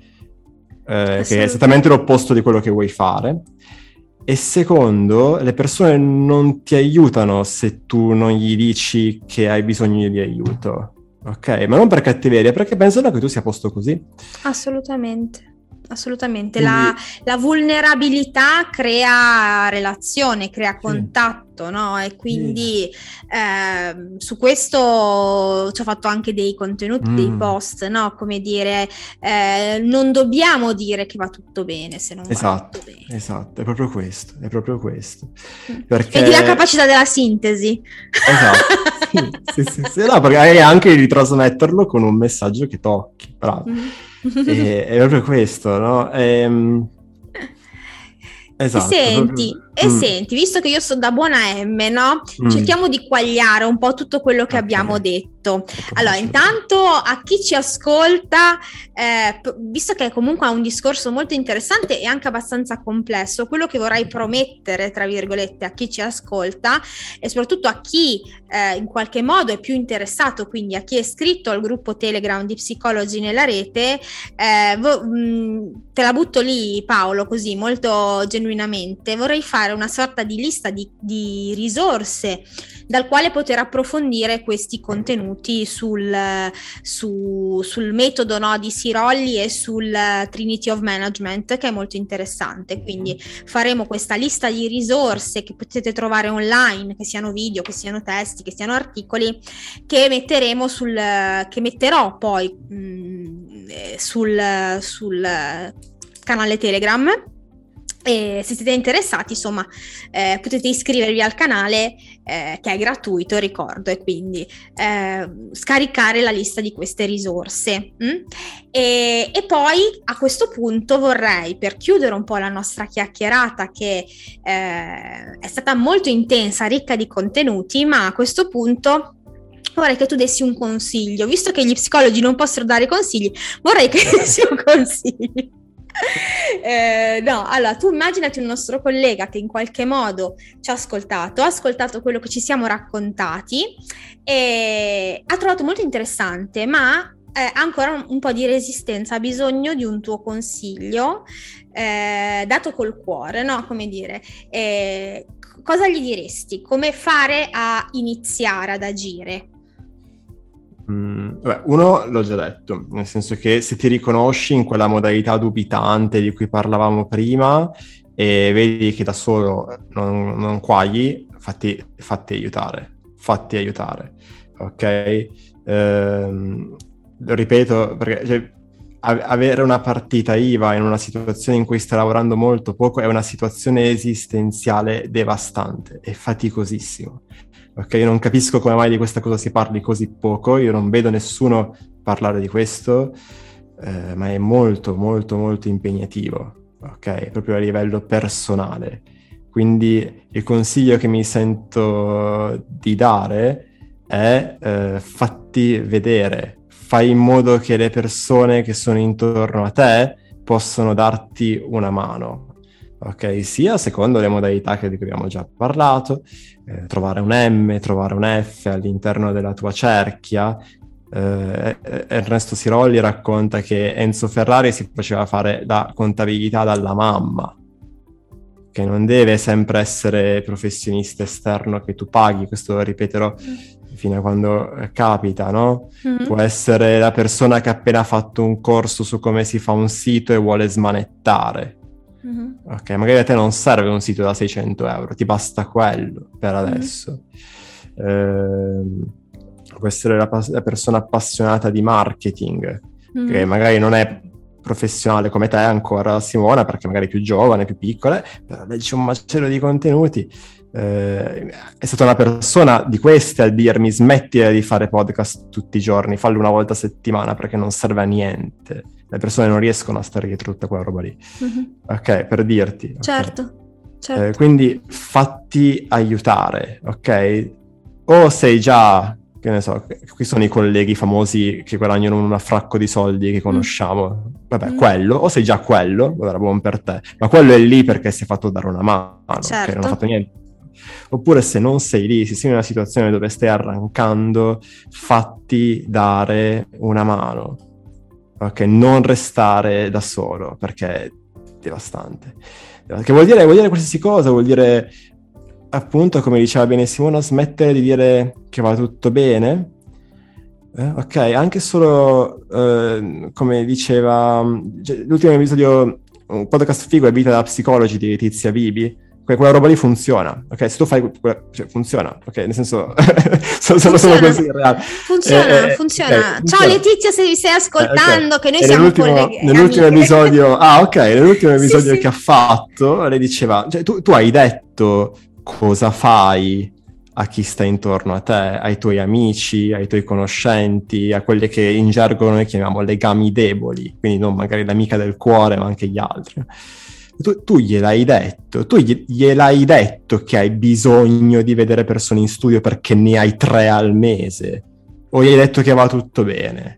eh, che è esattamente l'opposto di quello che vuoi fare. E secondo, le persone non ti aiutano se tu non gli dici che hai bisogno di aiuto, ok? Ma non per cattiveria, perché pensano che tu sia a posto così. Assolutamente. Assolutamente, Quindi... la, la vulnerabilità crea relazione, crea contatto, sì. No? E quindi sì. eh, su questo ci ho fatto anche dei contenuti, mm. dei post, no? Come dire, eh, non dobbiamo dire che va tutto bene se non esatto, va tutto bene. Esatto, è proprio questo, è proprio questo. Mm. Perché... Vedi la capacità della sintesi. Esatto, sì, sì, sì, sì. No, perché hai anche di trasmetterlo con un messaggio che tocchi, bravo. Mm. E, è proprio questo, no? Ehm... Esatto. E senti, proprio... e mm. senti, visto che io sono da buona M, no? Mm. Cerchiamo di quagliare un po' tutto quello che okay. abbiamo detto. Allora, intanto a chi ci ascolta, eh, visto che comunque è un discorso molto interessante e anche abbastanza complesso, quello che vorrei promettere, tra virgolette, a chi ci ascolta e soprattutto a chi eh, in qualche modo è più interessato, quindi a chi è iscritto al gruppo Telegram di Psicologi nella Rete, eh, vo- mh, te la butto lì, Paolo, così molto genuinamente. Vorrei fare una sorta di lista di, di risorse dal quale poter approfondire questi contenuti sul, su, sul metodo, no, di Sirolli e sul Trinity of Management, che è molto interessante. Quindi faremo questa lista di risorse che potete trovare online, che siano video, che siano testi, che siano articoli, che metteremo sul, che metterò poi mh, sul, sul canale Telegram. E se siete interessati, insomma, eh, potete iscrivervi al canale, eh, che è gratuito, ricordo, e quindi eh, scaricare la lista di queste risorse. Mm? E, e poi a questo punto vorrei, per chiudere un po' la nostra chiacchierata, che eh, è stata molto intensa, ricca di contenuti, ma a questo punto vorrei che tu dessi un consiglio. Visto che gli psicologi non possono dare consigli, vorrei che dessi un consiglio. Eh, no, allora tu immaginati un nostro collega che in qualche modo ci ha ascoltato, ha ascoltato quello che ci siamo raccontati e ha trovato molto interessante, ma eh, ha ancora un, un po' di resistenza, ha bisogno di un tuo consiglio eh, dato col cuore, no? Come dire, eh, cosa gli diresti? Come fare a iniziare ad agire? Mm, vabbè, uno l'ho già detto, nel senso che se ti riconosci in quella modalità dubitante di cui parlavamo prima e vedi che da solo non, non quagli, fatti, fatti aiutare, fatti aiutare, ok? Ehm, lo ripeto, perché cioè, avere una partita I V A in una situazione in cui stai lavorando molto poco è una situazione esistenziale devastante, è faticosissimo. Ok, io non capisco come mai di questa cosa si parli così poco, io non vedo nessuno parlare di questo, eh, ma è molto, molto, molto impegnativo, ok? Proprio a livello personale. Quindi il consiglio che mi sento di dare è eh, fatti vedere, fai in modo che le persone che sono intorno a te possano darti una mano. Ok, sia secondo le modalità che di cui abbiamo già parlato, eh, trovare un M, trovare un F all'interno della tua cerchia. Eh, Ernesto Sirolli racconta che Enzo Ferrari si faceva fare la contabilità dalla mamma, che non deve sempre essere professionista esterno che tu paghi, questo lo ripeterò fino a quando capita, no? Mm-hmm. Può essere la persona che ha appena fatto un corso su come si fa un sito e vuole smanettare. Mm-hmm. Ok, magari a te non serve un sito da seicento euro, ti basta quello per adesso. Mm-hmm. Eh, può essere la, la persona appassionata di marketing, mm-hmm. che magari non è professionale come te ancora, Simona, perché magari è più giovane, più piccola, però legge un macello di contenuti. Eh, è stata una persona di queste a dirmi smettila di fare podcast tutti i giorni, fallo una volta a settimana perché non serve a niente. Le persone non riescono a stare dietro tutta quella roba lì. Mm-hmm. Ok, per dirti. Certo, okay. certo. Eh, quindi fatti aiutare, ok? o sei già, che ne so, qui sono i colleghi famosi che guadagnano un affracco di soldi che conosciamo, mm. vabbè, mm. quello, o sei già quello, allora buon per te, ma quello è lì perché si è fatto dare una mano, certo. che non ha fatto niente. Oppure se non sei lì, se sei in una situazione dove stai arrancando, fatti dare una mano, ok? Non restare da solo, perché è devastante. Che vuol dire, vuol dire qualsiasi cosa, vuol dire appunto, come diceva bene Simona, smettere di dire che va tutto bene, eh, ok, anche solo eh, come diceva l'ultimo episodio, un podcast figo è Vita da Psicologi di Letizia Bibi, que- quella roba lì funziona, ok, se tu fai quella, cioè, funziona, ok, nel senso sono, funziona. sono così in realtà. Funziona, eh, funziona. Okay, Ciao funziona. Letizia, se mi stai ascoltando, eh, okay. che noi e siamo nell'ultimo, colleghi. Nell'ultimo amiche. episodio, ah ok, nell'ultimo episodio sì, che sì. ha fatto, lei diceva, cioè tu, tu hai detto cosa fai a chi sta intorno a te, ai tuoi amici, ai tuoi conoscenti, a quelle che in gergo noi chiamiamo legami deboli, quindi non magari l'amica del cuore, ma anche gli altri. Tu, tu gliel'hai detto, tu gliel'hai detto che hai bisogno di vedere persone in studio perché ne hai tre al mese, o gli hai detto che va tutto bene?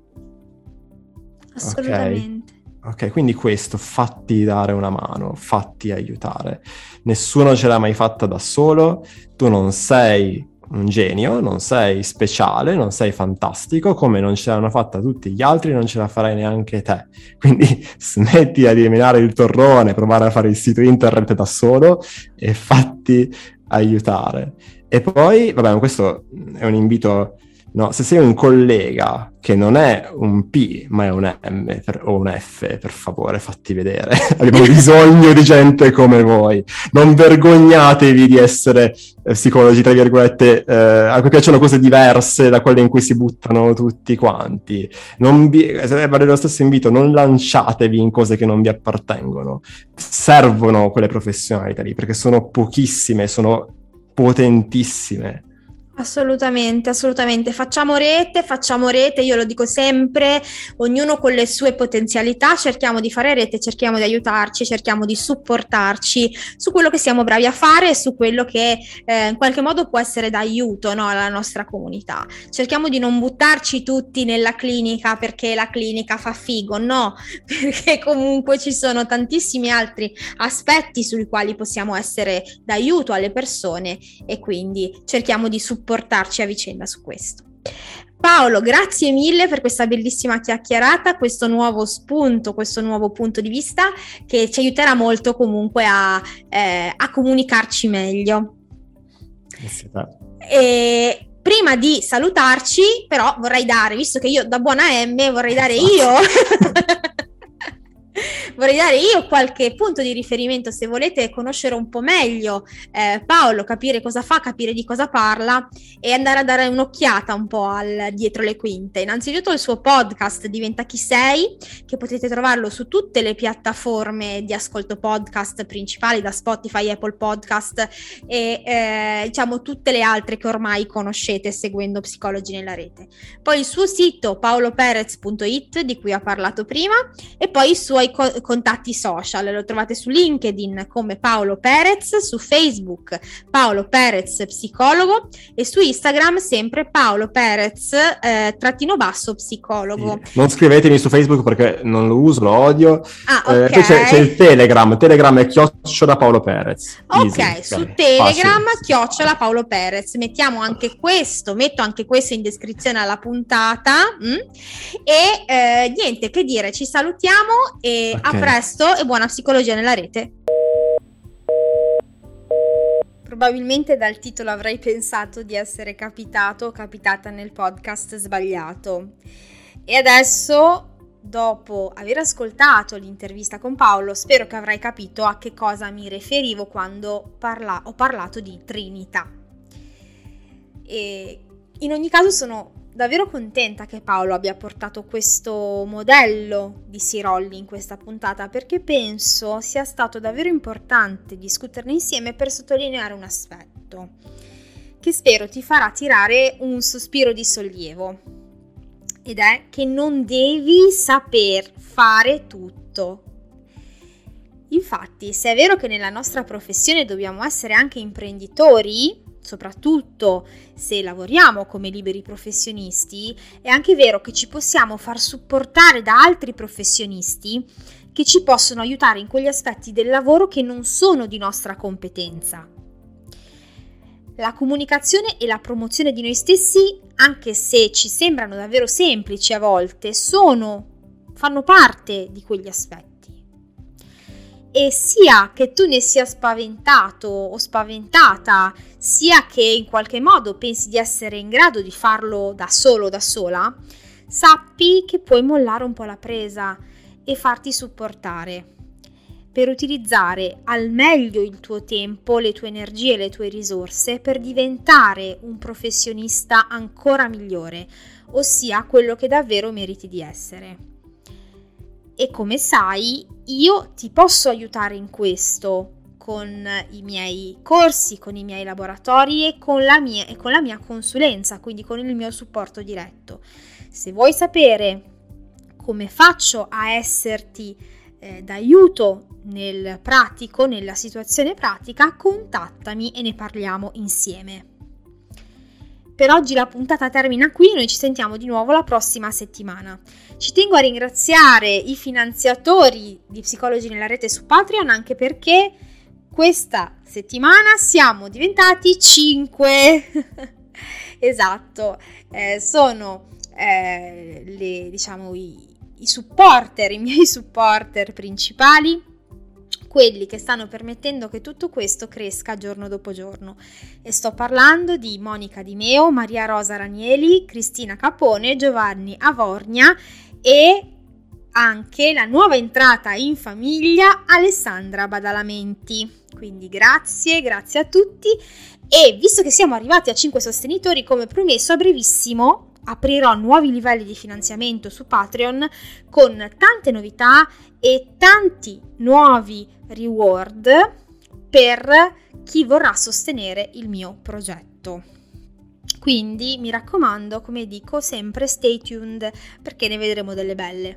Assolutamente. Ok, ok, quindi questo, fatti dare una mano, fatti aiutare. Nessuno ce l'ha mai fatta da solo, tu non sei un genio, non sei speciale, non sei fantastico, come non ce l'hanno fatta tutti gli altri, non ce la farai neanche te. Quindi smetti di eliminare il torrone, provare a fare il sito internet da solo e fatti aiutare. E poi, vabbè, questo è un invito... No, se sei un collega che non è un P ma è un M per, o un F, per favore fatti vedere. Abbiamo bisogno di gente come voi. Non vergognatevi di essere eh, psicologi, tra virgolette, eh, a cui piacciono cose diverse da quelle in cui si buttano tutti quanti. Non vi, vale lo stesso invito, non lanciatevi in cose che non vi appartengono. Servono quelle professionalità lì, perché sono pochissime, sono potentissime. Assolutamente, assolutamente. Facciamo rete, facciamo rete, io lo dico sempre, ognuno con le sue potenzialità, cerchiamo di fare rete, cerchiamo di aiutarci, cerchiamo di supportarci su quello che siamo bravi a fare e su quello che eh, in qualche modo può essere d'aiuto, no, alla nostra comunità. Cerchiamo di non buttarci tutti nella clinica perché la clinica fa figo, no, perché comunque ci sono tantissimi altri aspetti sui quali possiamo essere d'aiuto alle persone e quindi cerchiamo di supportarci portarci a vicenda su questo. Paolo, grazie mille per questa bellissima chiacchierata, questo nuovo spunto, questo nuovo punto di vista che ci aiuterà molto comunque a, eh, a comunicarci meglio. Grazie a te. E prima di salutarci, però vorrei dare, visto che io da buona M vorrei dare io vorrei dare io qualche punto di riferimento se volete conoscere un po' meglio eh, Paolo, capire cosa fa, capire di cosa parla e andare a dare un'occhiata un po' al dietro le quinte. Innanzitutto il suo podcast Diventa chi sei, che potete trovarlo su tutte le piattaforme di ascolto podcast principali, da Spotify, Apple Podcast e eh, diciamo tutte le altre che ormai conoscete seguendo Psicologi nella Rete. Poi il suo sito paolo perez punto it, di cui ho parlato prima, e poi i suoi co- contatti social, lo trovate su LinkedIn come Paolo Perez, su Facebook Paolo Perez psicologo e su Instagram sempre Paolo Perez eh, trattino basso psicologo. Sì. Non scrivetemi su Facebook perché non lo uso, lo odio. Ah, ok. Eh, poi c'è, c'è il Telegram, Telegram è chiocciola Paolo Perez. Ok, Easy, su okay. Telegram facile. Chiocciola Paolo Perez. Mettiamo anche questo, metto anche questo in descrizione alla puntata. Mm? E eh, niente, che dire, ci salutiamo e okay. A presto e buona psicologia nella rete. Probabilmente dal titolo avrei pensato di essere capitato o capitata nel podcast sbagliato. E adesso, dopo aver ascoltato l'intervista con Paolo, spero che avrai capito a che cosa mi riferivo quando parla- ho parlato di Trinità. E in ogni caso sono davvero contenta che Paolo abbia portato questo modello di C-Rolli in questa puntata, perché penso sia stato davvero importante discuterne insieme per sottolineare un aspetto che spero ti farà tirare un sospiro di sollievo, ed è che non devi saper fare tutto. Infatti, se è vero che nella nostra professione dobbiamo essere anche imprenditori, soprattutto se lavoriamo come liberi professionisti, è anche vero che ci possiamo far supportare da altri professionisti che ci possono aiutare in quegli aspetti del lavoro che non sono di nostra competenza. La comunicazione e la promozione di noi stessi, anche se ci sembrano davvero semplici a volte, sono, fanno parte di quegli aspetti. E sia che tu ne sia spaventato o spaventata, sia che in qualche modo pensi di essere in grado di farlo da solo o da sola, sappi che puoi mollare un po' la presa e farti supportare per utilizzare al meglio il tuo tempo, le tue energie e le tue risorse per diventare un professionista ancora migliore, ossia quello che davvero meriti di essere. E come sai, io ti posso aiutare in questo con i miei corsi, con i miei laboratori e con la mia, e con la mia consulenza, quindi con il mio supporto diretto. Se vuoi sapere come faccio a esserti eh, d'aiuto nel pratico, nella situazione pratica, contattami e ne parliamo insieme. Per oggi la puntata termina qui, noi ci sentiamo di nuovo la prossima settimana. Ci tengo a ringraziare i finanziatori di Psicologi nella Rete su Patreon, anche perché questa settimana siamo diventati cinque. Esatto, eh, sono eh, le, diciamo, i, i supporter, i miei supporter principali, quelli che stanno permettendo che tutto questo cresca giorno dopo giorno. E sto parlando di Monica Di Meo, Maria Rosa Ranieli, Cristina Capone, Giovanni Avornia e anche la nuova entrata in famiglia Alessandra Badalamenti. Quindi grazie, grazie a tutti, e visto che siamo arrivati a cinque sostenitori, come promesso, a brevissimo aprirò nuovi livelli di finanziamento su Patreon con tante novità e tanti nuovi reward per chi vorrà sostenere il mio progetto. Quindi mi raccomando, come dico sempre, stay tuned, perché ne vedremo delle belle.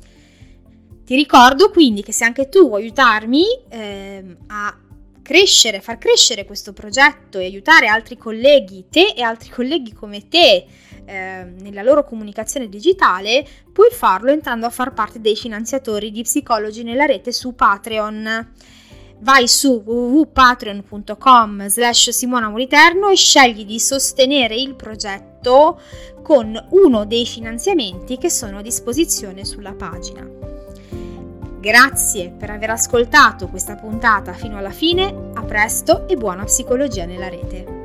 Ti ricordo quindi che se anche tu vuoi aiutarmi eh, a crescere, far crescere questo progetto e aiutare altri colleghi, te e altri colleghi come te, eh, nella loro comunicazione digitale, puoi farlo entrando a far parte dei finanziatori di Psicologi nella Rete su Patreon. Vai su w w w punto patreon punto com slash Simona Moliterno e scegli di sostenere il progetto con uno dei finanziamenti che sono a disposizione sulla pagina. Grazie per aver ascoltato questa puntata fino alla fine, a presto e buona psicologia nella rete.